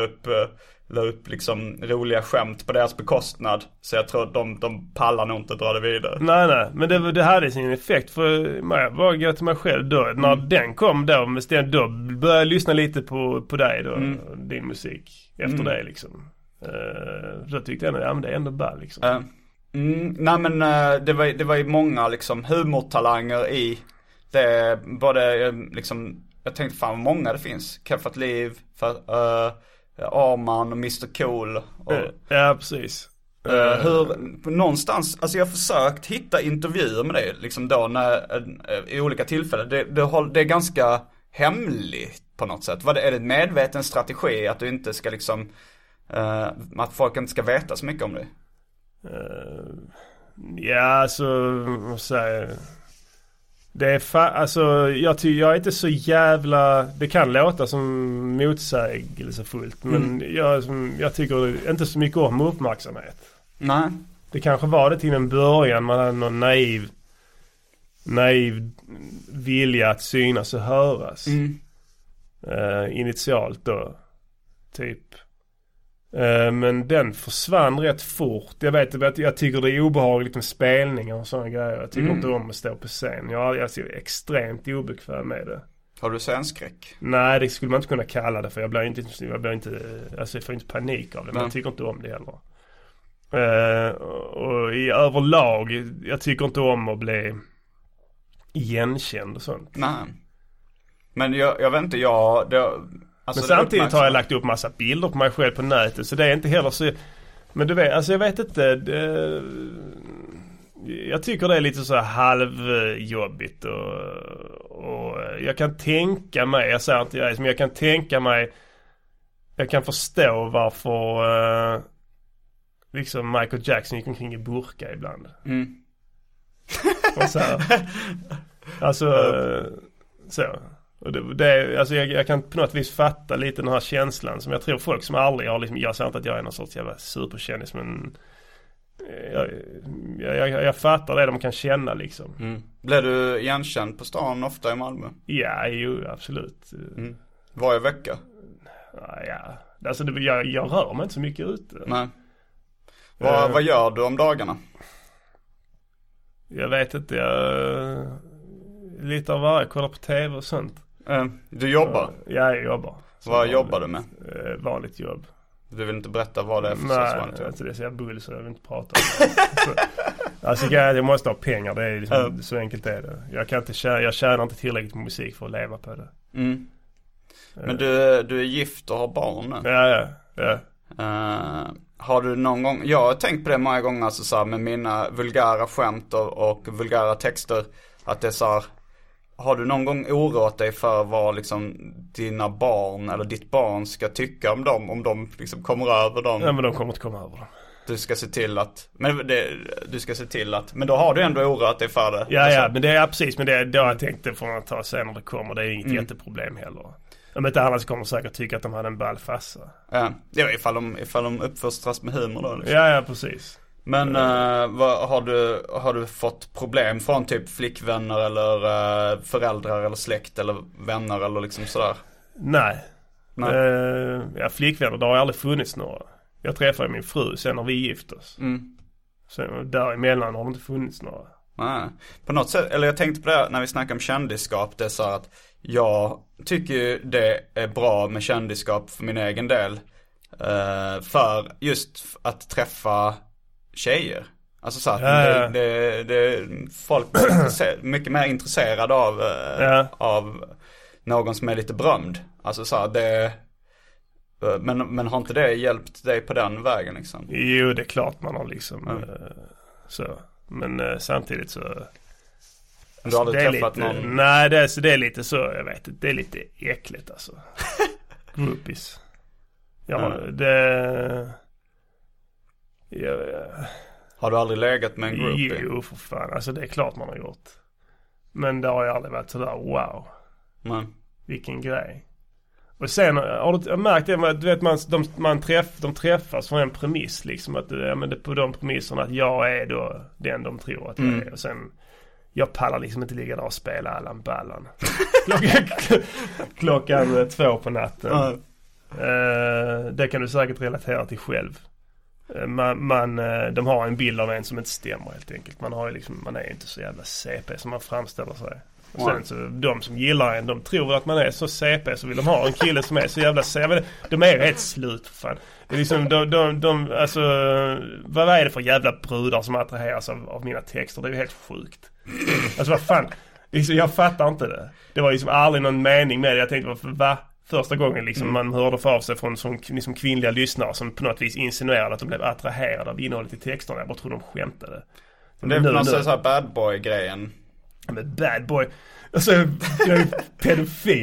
la upp liksom roliga skämt på deras bekostnad. Så jag tror de pallar nog inte att dra det vidare. Nej, men det hade sin effekt. För jag bara gå till mig själv då. När den kom då började jag lyssna lite på dig då, din musik efter det liksom. Så tyckte jag men det är ändå ball liksom. Nej, men det var ju många liksom humortalanger i det, både liksom, jag tänkte fan vad många det finns. Kaffat Liv, Arman och Mr. Cool och, ja, precis. Hur någonstans, alltså jag har försökt hitta intervjuer med dig liksom då i olika tillfällen. Det är ganska hemligt på något sätt. Är det en medveten strategi att du inte ska liksom att folk inte ska veta så mycket om dig? Ja, alltså Det är alltså jag är inte så jävla... Det kan låta som motsägelsefullt. Men jag tycker inte så mycket om uppmärksamhet. Nej. Det kanske var det till en början. Man hade någon naiv vilja att synas och höras. Initialt då. Typ. Men den försvann rätt fort. Jag tycker det är obehagligt med spelningar och sådana grejer. Jag tycker inte om att stå på scen. Jag är extremt obekväm med det. Har du scenskräck? Nej, det skulle man inte kunna kalla det, för jag blir inte alltså jag får inte panik av det. Men jag tycker inte om det heller. Och i överlag, jag tycker inte om att bli igenkänd och sånt. Nej. Men jag vet inte, alltså men samtidigt har jag lagt upp massa bilder på mig själv på nätet, så det är inte heller så... Men du vet, alltså jag vet inte... jag tycker det är lite så halvjobbigt och jag kan tänka mig... Jag säger inte jag, men jag kan tänka mig... Jag kan förstå varför liksom Michael Jackson gick omkring i burka ibland. Och så här. Alltså... så... Och alltså jag kan på något vis fatta lite den här känslan som jag tror folk som aldrig har liksom, jag säger inte att jag är någon sorts jävla superkändis, men jag fattar det de kan känna liksom. Blir du igenkänd på stan ofta i Malmö? Ja, jo, absolut. Varje vecka? Ja, alltså jag rör mig inte så mycket ute. Nej. Vad gör du om dagarna? Jag vet inte, lite av varje, kollar på tv och sånt. Du jobbar? Ja, jag jobbar. Vad jobbar du med? Vanligt jobb. Du vill inte berätta vad det är för sorts vanligt jobb? Nej, det är bull, så jag vill inte prata om det. Alltså jag måste ha pengar, det är liksom, så enkelt är det. Jag tjänar inte tillräckligt med musik för att leva på det. Men du är gift och har barn nu? Ja. Har du någon gång... Jag har tänkt på det många gånger, alltså, så här, med mina vulgära skämt och vulgära texter, att det är så här... Har du någon gång oroat dig för vad liksom dina barn eller ditt barn ska tycka om dem, om de liksom kommer över dem? Nej, men de kommer inte komma över dem. Du ska se till att... Men då har du ändå oroat dig för det. Ja, men det är precis. Men det har jag tänkt, det får man ta sen när det kommer. Det är inget jätteproblem heller. Om inte annars kommer de säkert tycka att de hade en ball farsa. Ja, ifall de uppfostras med humor då. Liksom. Ja, precis. Men har du fått problem från typ flickvänner eller föräldrar eller släkt eller vänner eller liksom sådär? Nej. Flickvänner, det har aldrig funnits några. Jag träffade min fru sen när vi gift oss. Så däremellan har det inte funnits några. Nej. På något sätt, eller jag tänkte på det när vi snackade om kändisskap, det är så att jag tycker det är bra med kändisskap för min egen del. För just att träffa tjejer. Alltså så att det folk mycket mer intresserade av någon som är lite berömd. Alltså så att det... Men har inte det hjälpt dig på den vägen liksom? Jo, det är klart man har liksom så. Men samtidigt så... Du har aldrig träffat någon? Nej, det är lite så, jag vet inte. Det är lite äckligt alltså. Groupies. Ja, Har du aldrig legat med en groupie? Jo, för fan. Alltså det är klart man har gjort. Men det har ju aldrig varit sådär, wow. Vilken grej. Och sen har du märkt det, du vet, de träffas från en premiss liksom, att det är på de premisserna att jag är då den de tror att jag är. Och sen, jag pallar liksom inte ligga där och spela Allan Ballan klockan 2 på natten. Det kan du säkert relatera till själv. De har en bild av en som inte stämmer helt enkelt. Man är inte så jävla CP som man framställer sig. Och sen så de som gillar en, de tror att man är så CP, så vill de ha en kille som är så jävla CP. De är helt slut för fan. Det är liksom alltså, vad är det för jävla brudar som attraheras av mina texter? Det är ju helt sjukt. Alltså vad fan, jag fattar inte det. Det var liksom aldrig någon mening med det. Jag tänkte, va? Första gången liksom man hörde för av sig från liksom kvinnliga lyssnare som på något vis insinuerade att de blev attraherade av innehållet i texterna. Jag bara tror de skämtade. Det är någon sån här bad boy-grejen. Men bad boy, alltså jag är pedofil.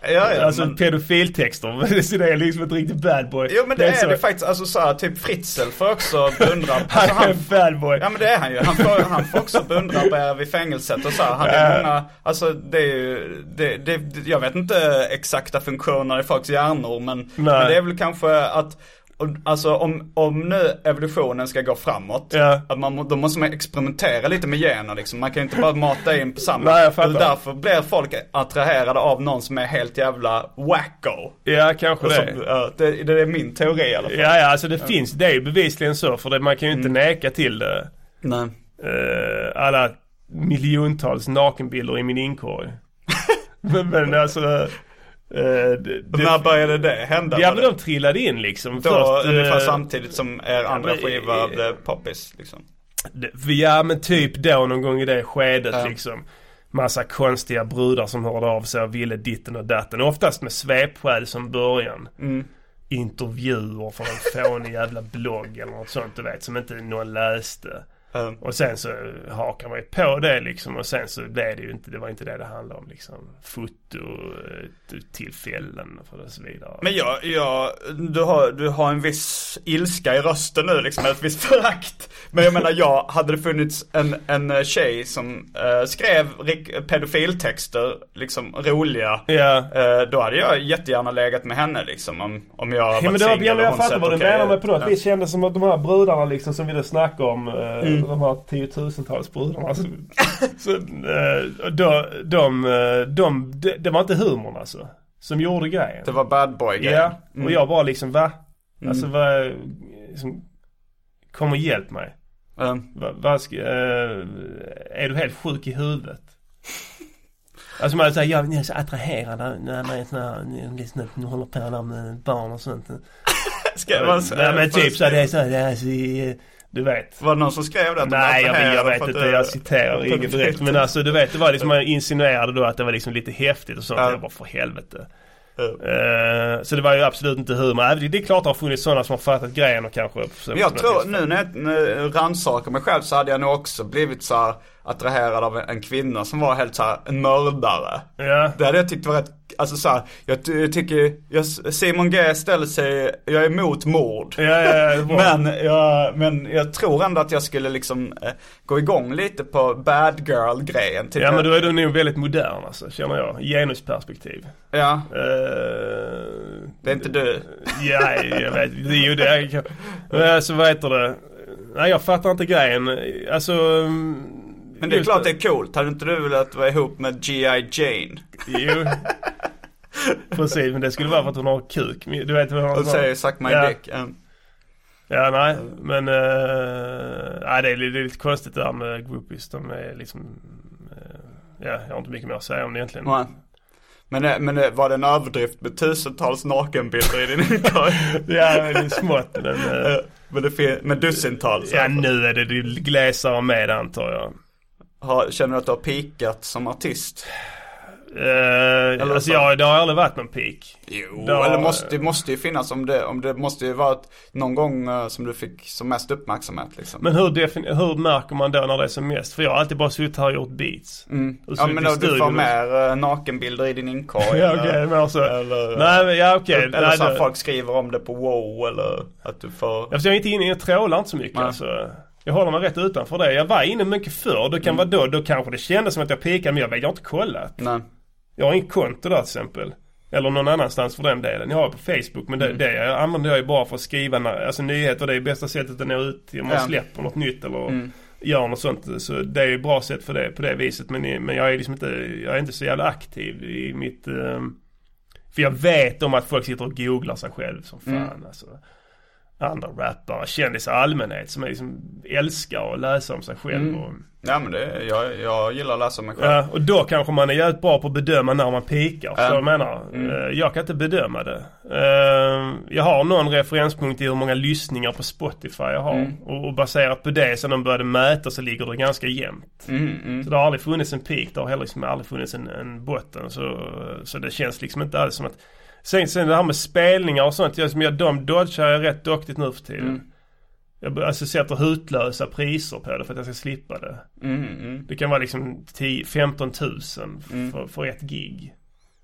Ja, alltså men... pedofiltexter. Så det är liksom ett riktigt bad boy. Jo, men det är det faktiskt. Alltså så här, typ Fritzl får också beundra. Alltså, han är bad boy. Ja, men det är han ju. Han får också beundra vid fängelset och så här. Han är många, alltså det är ju, jag vet inte exakta funktioner i folks hjärnor, men det är väl kanske att, alltså om nu evolutionen ska gå framåt, att då måste man experimentera lite med gener liksom. Man kan ju inte bara mata in på samma. Och därför blir folk attraherade av någon som är helt jävla wacko. Ja, kanske det är min teori i alla fall. Ja, alltså det finns, det är ju bevisligen så, för man kan ju inte neka till det. Nej. Alla miljontals nakenbilder i min inkorg. men alltså... när började det hända? Ja, men de trillade in liksom. Då, först, ungefär samtidigt som andra skiva blev poppis liksom. Ja, men typ då någon gång i det skedet liksom. Massa konstiga brudar som hörde av sig och ville ditten och datten. Oftast med svepskäl som början. Intervjuer från en fånig jävla blogg eller något sånt, du vet, som inte någon läste. Och sen så hakar man ju på det liksom, och sen så blev det ju inte, det var inte det handlade om liksom, fototillfällen och så vidare. Men du har en viss ilska i rösten nu liksom, ett visst förakt. Men jag menar, hade det funnits en tjej som skrev pedofiltexter liksom roliga, då hade jag jättegärna legat med henne liksom, om jag var singel. Jag fattar vad du menar med på något. Vi kände som att de här brudarna liksom, som ville snacka om de här 10-tusentals brudarna. Det var inte humorn alltså som gjorde grejen. Det var bad boy grejen. Ja, och jag bara liksom, va? Alltså, liksom, kom och hjälp mig. Är du helt sjuk i huvudet? Alltså man säger, jag är så attraherad när man är sån här, liksom, håller på där med barn och sånt. Men typ så det är så där, du vet. Var det någon som skrev det? Nej, jag vet inte, jag citerar inget direkt. Men alltså, du vet, det var liksom, man insinuerade då att det var liksom lite häftigt och sånt. Jag bara, för helvete. Så det var ju absolut inte humor. Det är klart att det har funnits sådana som har fattat grejen och kanske... Men jag tror, nu när jag rannsakar mig själv, så hade jag nog också blivit så här attraherad av en kvinna som var helt så här en mördare. Ja. Det hade jag tyckt var rätt, alltså så här, jag tycker Simon G ställer sig, jag är emot mord. Men jag tror ändå att jag skulle liksom gå igång lite på bad girl grejen. Typ. Ja, men då är du nog väldigt modern alltså, känner jag, genusperspektiv. Ja. Det är inte du. Ja, jag vet, det är ju det. Alltså, vad heter det? Nej, jag fattar inte grejen. Alltså... Men det är klart det är coolt. Hade inte du velat vara ihop med G.I. Jane? Jo. Precis, men det skulle vara för att hon har kuk. Du vet vad hon och säger suck my dick. Ja, nej. Men nej, det är lite konstigt där med groupies. De är liksom... jag har inte mycket mer att säga om det egentligen. Nej. Men var det en överdrift med tusentals nakenbilder i din inkorg? Ja, det är smått. Men dussintals? Ja, nu är det gläsare med, antar jag. Känner du att du har peakat som artist? Alltså det har aldrig varit någon peak. Jo, eller det måste ju finnas om det måste ju vara någon gång som du fick som mest uppmärksamhet liksom. Men hur märker man då när det är som mest? För jag har alltid bara suttit här och gjort beats. Ja, men då du får mer nakenbilder i din inkorg. Ja, okej, men alltså eller så folk skriver om det på WoW, eller att du får... Jag är inte inne, jag trålar inte så mycket alltså. Jag håller mig rätt utanför det. Jag var inne mycket förr. Det kan vara då kanske det kändes som att jag pekade, men jag har inte kollat. Nej. Jag har ingen konto där till exempel. Eller någon annanstans för den delen. Jag har på Facebook, men det använder jag ju bara för att skriva alltså nyheter. Det är bästa sättet att nå ut om man släpper något nytt eller gör något sånt. Så det är ju bra sätt för det på det viset. Men jag är liksom inte så jävla aktiv i mitt... för jag vet om att folk sitter och googlar sig själv som fan alltså. Andra rappare, kändisar, allmänhet som är liksom älskar att läsa om sig själv. Ja, men jag gillar att läsa om mig själv. Ja, och då kanske man är jävligt bra på att bedöma när man pikar. Så jag menar, jag kan inte bedöma det. Jag har någon referenspunkt i hur många lyssningar på Spotify jag har. Och baserat på det, så när de började mäta, så ligger det ganska jämnt. Så det har aldrig funnits en peak, det har heller liksom aldrig funnits en botten. Så det känns liksom inte alls som att... Sen det här med spelningar och sånt, de dodgar jag rätt duktigt nu för tiden. Jag sätter hutlösa priser på det för att jag ska slippa det. Det kan vara liksom 15 000 för ett gig.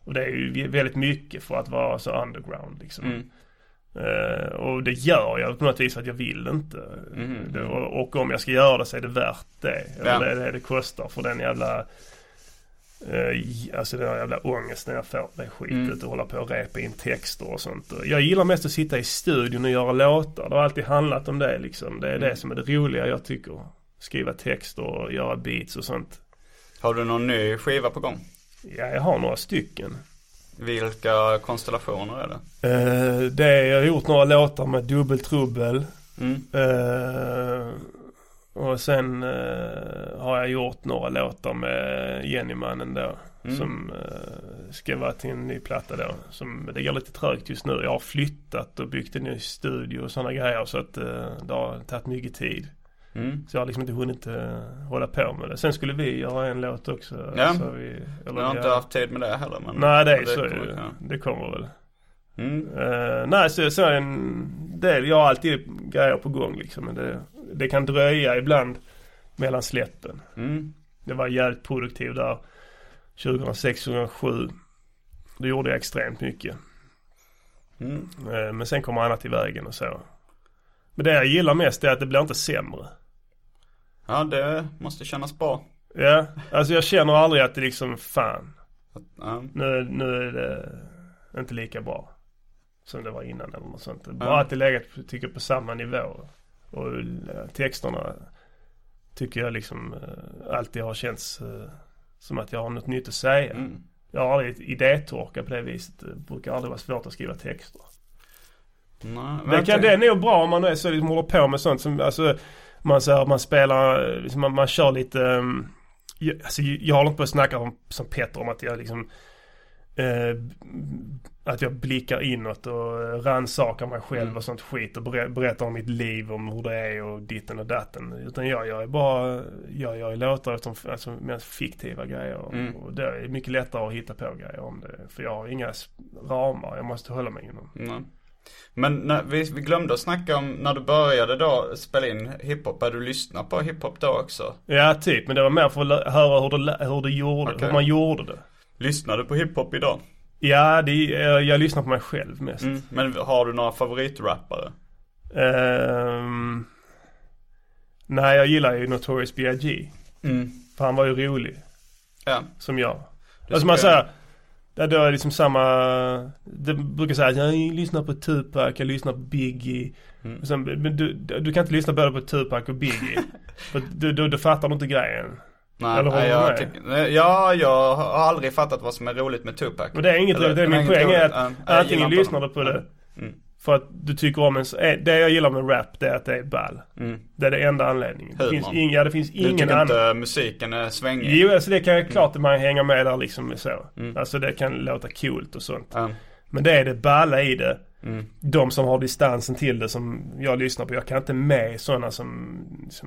Och det är ju väldigt mycket för att vara så underground liksom. Och det gör jag på något vis att jag vill inte. Och om jag ska göra det så är det värt det. Eller det kostar för den jävla alltså den jävla ångesten jag får. Det är skitet att hålla på och repa in texter och sånt. Jag gillar mest att sitta i studion och göra låtar. Det har alltid handlat om det liksom. Det är det som är det roliga jag tycker. Skriva texter och göra beats och sånt. Har du någon ny skiva på gång? Ja, jag har några stycken. Vilka konstellationer är det? Jag har gjort några låtar med Dubbeltrubbel. Och sen har jag gjort några låtar med Jennymannen då. Som ska vara till en ny platta då. Det går lite trögt just nu. Jag har flyttat och byggt en ny studio och sådana grejer. Så att det har tagit mycket tid. Så jag har liksom inte hunnit hålla på med det. Sen skulle vi göra en låt också. Ja. Så jag har inte haft tid med det heller. Men nej, det är så. Det kommer väl. Nej, så är en del. Jag har alltid grejer på gång liksom. Men det kan dröja ibland mellan släppen. Det var jävligt produktiv där 2006-2007. Då gjorde jag extremt mycket. Men sen kommer annat i vägen och så. Men det jag gillar mest är att det blir inte sämre. Ja, det måste kännas bra. Ja, alltså jag känner aldrig att det liksom fan. Nu är det inte lika bra som det var innan eller något sånt. Bara att det legat tycker på samma nivå. Och texterna tycker jag liksom alltid har känts som att jag har något nytt att säga. Jag har aldrig idétorka på det viset. Det brukar aldrig vara svårt att skriva texter. Nej, det är nog bra om man är så liksom håller på med sånt som alltså man spelar liksom, man kör lite alltså jag håller inte på att snacka som Petter om att jag liksom att jag blickar inåt och rannsakar mig själv och sånt skit och berättar om mitt liv, om hur det är och ditten och datten. Utan jag är bara jag låtar efter alltså, med fiktiva grejer och det är mycket lättare att hitta på grejer om det. För jag har inga ramar, jag måste hålla mig inom. Men vi glömde att snacka om när du började då spela in hiphop. Började du lyssna på hiphop då också? Ja, typ. Men det var mer för att höra hur man gjorde det. Lyssnar du på hiphop idag? Ja, jag lyssnar på mig själv mest. Men har du några favoritrappare? Nej, jag gillar ju Notorious B.I.G. För han var ju rolig. Ja. Som jag. Alltså man säger... Det är liksom samma. Det brukar säga att jag lyssnar på Tupac, jag lyssnar på Biggie. Men du kan inte lyssna både på Tupac och Biggie. För du fattar inte grejen. Nej, jag har aldrig fattat vad som är roligt med Tupac. Och det är inget roligt. Det är min poäng är att antingen lyssnar du på det för att du tycker om det jag gillar med rap, det är att det är ball. Det är det enda anledningen. Det finns ingen annan. Du tycker inte musiken är svängig? Jo, alltså det kan klart att man hänger med där liksom så. Alltså det kan låta coolt och sånt. Men det är det balla i det. De som har distansen till det som jag lyssnar på. Jag kan inte med sådana som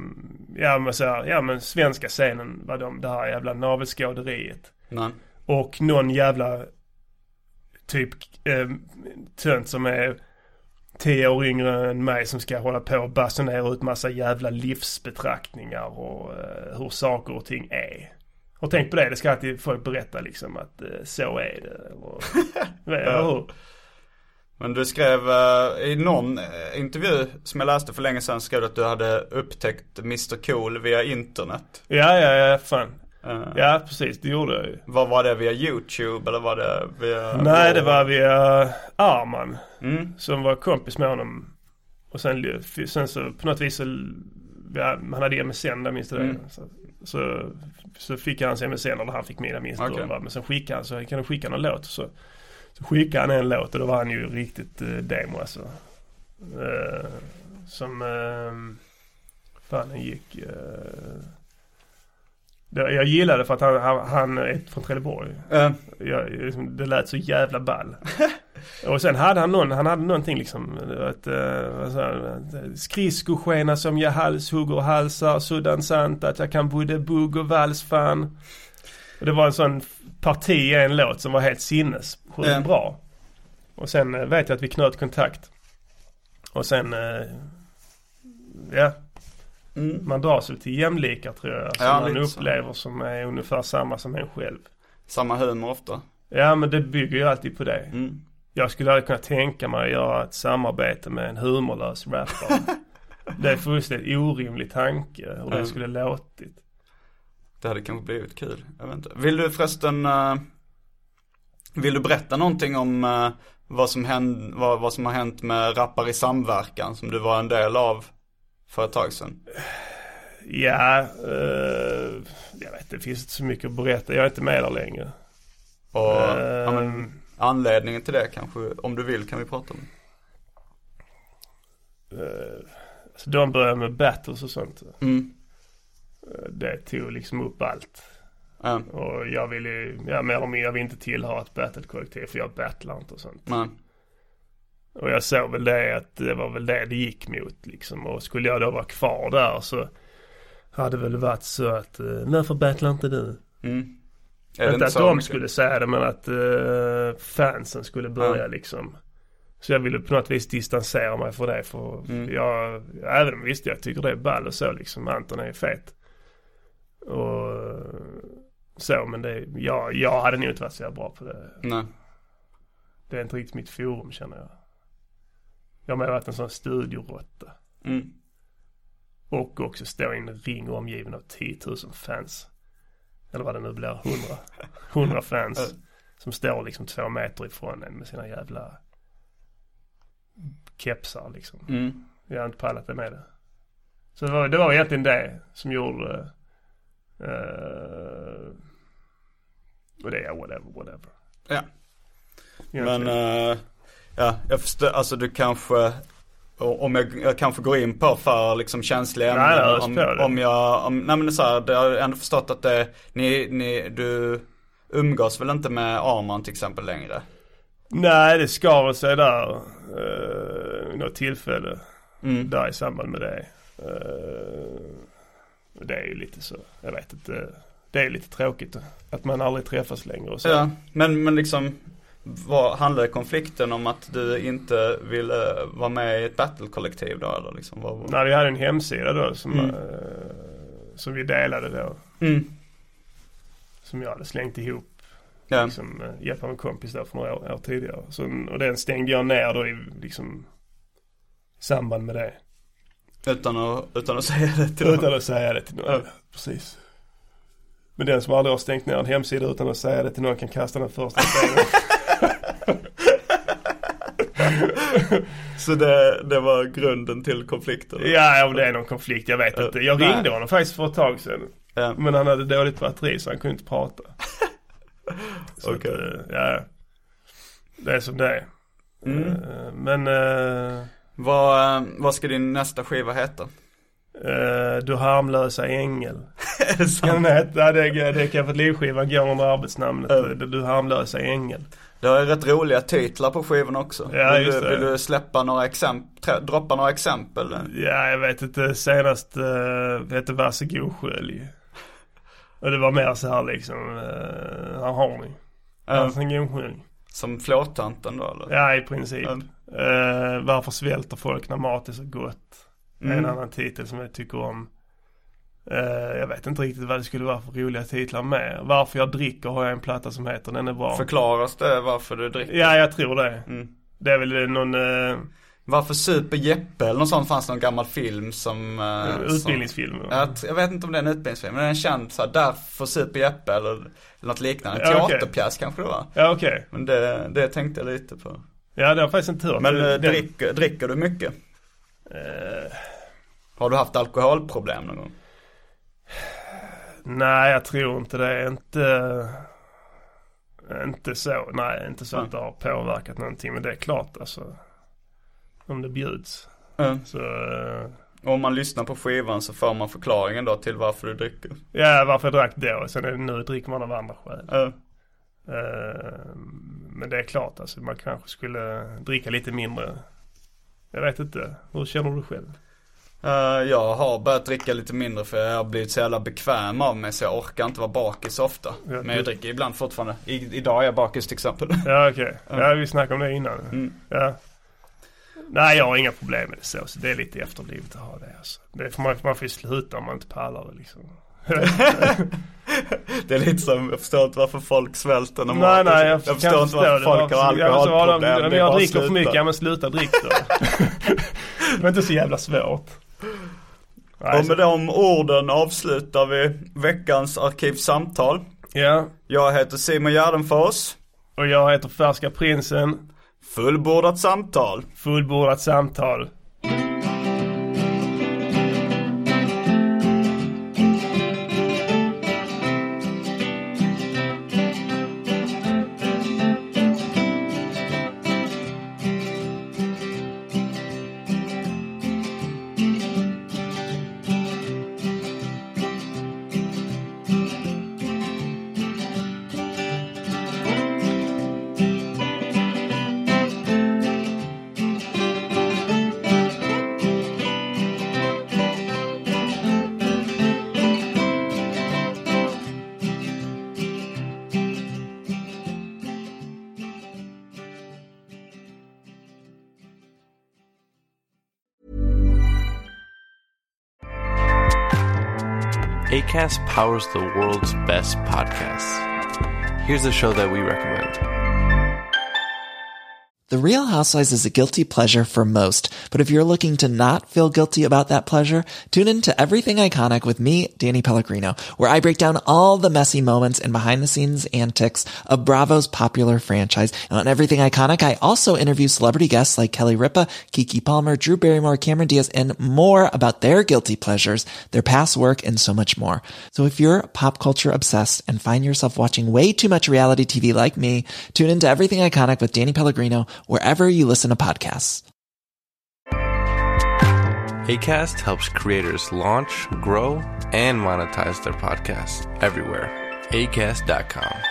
men svenska scenen var det här jävla navelskåderiet. Och någon jävla typ tönt som är 10 år yngre än mig som ska hålla på och basunera ut massa jävla livsbetraktningar och hur saker och ting är. Och tänk på det ska alltid folk berätta liksom att så är det. Men du skrev i någon intervju som jag läste för länge sedan, skrev du att du hade upptäckt Mr. Cool via internet. Ja, fan. Ja, precis, det gjorde jag ju. Vad var det, via YouTube eller var det via... Nej, det var via Arman som var kompis med honom. Och sen så på något vis så, han hade MSN där, minns du det? Så fick han hans MSN eller han fick mina minst men sen skickade han, så kan du skicka någon låt så skickade han en låt och då var han ju riktigt demo alltså. Fan gick jag gillade för att han är från Trelleborg. Det lät så jävla ball. Och sen hade han hade någonting liksom skridskoskena som jag halshugger halsar sådant sant att jag kan både bugg och vals fan. Och det var en sån parti i en låt som var helt sinnessjukt bra. Och sen vet jag att vi knöt kontakt. Och sen man dras ut till jämlikar tror jag. Som man upplever som är ungefär samma som en själv. Samma humor ofta. Ja, men det bygger ju alltid på det. Jag skulle aldrig kunna tänka mig att göra ett samarbete med en humorlös rappare. Det är fullständigt orimlig tanke hur det skulle låtit. Det hade kanske blivit kul. Jag vet inte. Vill du förresten vill du berätta någonting om vad som har hänt med Rappare i samverkan som du var en del av för ett tag sedan? Ja, jag vet, det finns inte så mycket att berätta. Jag är inte med där längre. Och anledningen till det kanske, om du vill, kan vi prata om. Så de började med battles och sånt. Det tog liksom upp allt. Och jag ville, mer eller mindre, jag vill inte tillhöra ett battle-kollektiv, för jag battlar inte och sånt. Och jag såg väl det, att det var väl det gick mot liksom. Och skulle jag då vara kvar där så hade väl varit så att varför battlar inte du? Inte att de skulle säga det, men att fansen skulle börja liksom. Så jag ville på något vis distansera mig från det, för jag, även om visst jag tycker det är ball och så liksom, Anton är fet och så, men det, jag hade nog inte varit så bra på det. Nej. Det är inte riktigt mitt forum, känner jag. Jag har varit en sån studiorotta. Och också stå i en ring omgiven av 10 000 fans. Eller vad det nu blir, 100 fans som står liksom 2 meter ifrån en med sina jävla kepsar liksom. Jag har inte pallat det med det. Så det var egentligen det som gjorde och det är whatever. Ja. Men jag förstår, alltså du kanske, om jag kanske går in på för liksom känsliga ämnen, nej men så här, jag har ändå förstått att du umgås väl inte med Arman till exempel längre? Nej, det ska väl sig där något tillfälle där i samband med det. Det är ju lite så, jag vet inte, det är lite tråkigt att man aldrig träffas längre och så. Ja, men liksom vad handlar konflikten om, att du inte ville vara med i ett battle-kollektiv då, eller liksom? Nej, vi hade en hemsida då som vi delade då. Som jag hade slängt ihop. Ja. Liksom, hjälpa en kompis där för några år tidigare. Så, och den stängde jag ner då i liksom samband med det. Utan att säga det till någon. Utan att säga det till någon, ja. Precis. Men den som aldrig har stängt ner en hemsida utan att säga det till någon kan kasta den första stenen. Så det var grunden till konflikten? Ja, om det är någon konflikt, jag vet inte. Jag ringde honom faktiskt för ett tag sedan. Ja. Men han hade dåligt batteri så han kunde inte prata. Så okay. Ja, det är som det är. Men vad ska din nästa skiva heta? Du harmlösa ängel. Är det sant? Kan heta, det kan för livskivan går under arbetsnamnet Du harmlösa ängel. Det är rätt roliga titlar på skivan också. Ja, vill du släppa några droppa några exempel? Ja, jag vet inte. Senast hette Varsågod skölj. Och det var mer så här liksom, här har ni. Varsågod skölj. Som flåttanten då, eller? Ja, i princip. Varför svälter folk när mat är så gott? En annan titel som jag tycker om. Jag vet inte riktigt vad det skulle vara för roliga titlar med. Varför jag dricker har jag en platta som heter, den är bra. Förklaras det varför du dricker? Ja, jag tror det. Det är väl någon... Varför super Jeppe eller någon sån, fanns någon gammal film som... utbildningsfilm. Jag vet inte om det är en utbildningsfilm, men den är känd så här, därför super Jeppe eller något liknande. Teaterpjäs kanske det var. Ja, okej. Men det tänkte jag lite på. Ja, det har faktiskt inte hört. Men dricker du mycket? Har du haft alkoholproblem någon gång? Nej, jag tror inte det. Inte så. Nej, inte så att det har påverkat någonting. Men det är klart alltså. Om det bjuds. Så, om man lyssnar på skivan så får man förklaringen då till varför du dricker. Ja, varför jag drack då. Sen är det nu dricker man av andra skäl. Men det är klart alltså. Man kanske skulle dricka lite mindre. Jag vet inte. Hur känner du själv? Jag har börjat dricka lite mindre för jag har blivit så jävla bekväm av mig så jag orkar inte vara bakis ofta. Men jag dricker ibland fortfarande. Idag är jag bakis till exempel. Ja, okej. Ja, vi snackade om det innan. Ja. Nej, jag har inga problem med det så det är lite efterblivet att ha det alltså. Det får man får sluta om man inte pallar det liksom. Det är lite som, jag förstår inte varför folk svälter när mat. Nej, jag förstår inte varför folk har alkoholproblem. Men jag dricker för mycket, ja men sluta dricka då. Det är inte så jävla svårt. Och med de orden avslutar vi veckans arkivsamtal. Ja. Jag heter Simon Gärdenfors. Och jag heter Färska Prinsen. Fullbordat samtal. Fullbordat samtal. Acast powers the world's best podcasts. Here's a show that we recommend. The Real Housewives is a guilty pleasure for most, but if you're looking to not feel guilty about that pleasure, tune in to Everything Iconic with me, Danny Pellegrino, where I break down all the messy moments and behind-the-scenes antics of Bravo's popular franchise. And on Everything Iconic, I also interview celebrity guests like Kelly Ripa, Keke Palmer, Drew Barrymore, Cameron Diaz, and more about their guilty pleasures, their past work, and so much more. So if you're pop culture obsessed and find yourself watching way too much reality TV like me, tune into Everything Iconic with Danny Pellegrino, wherever you listen to podcasts. Acast helps creators launch, grow, and monetize their podcasts everywhere. Acast.com.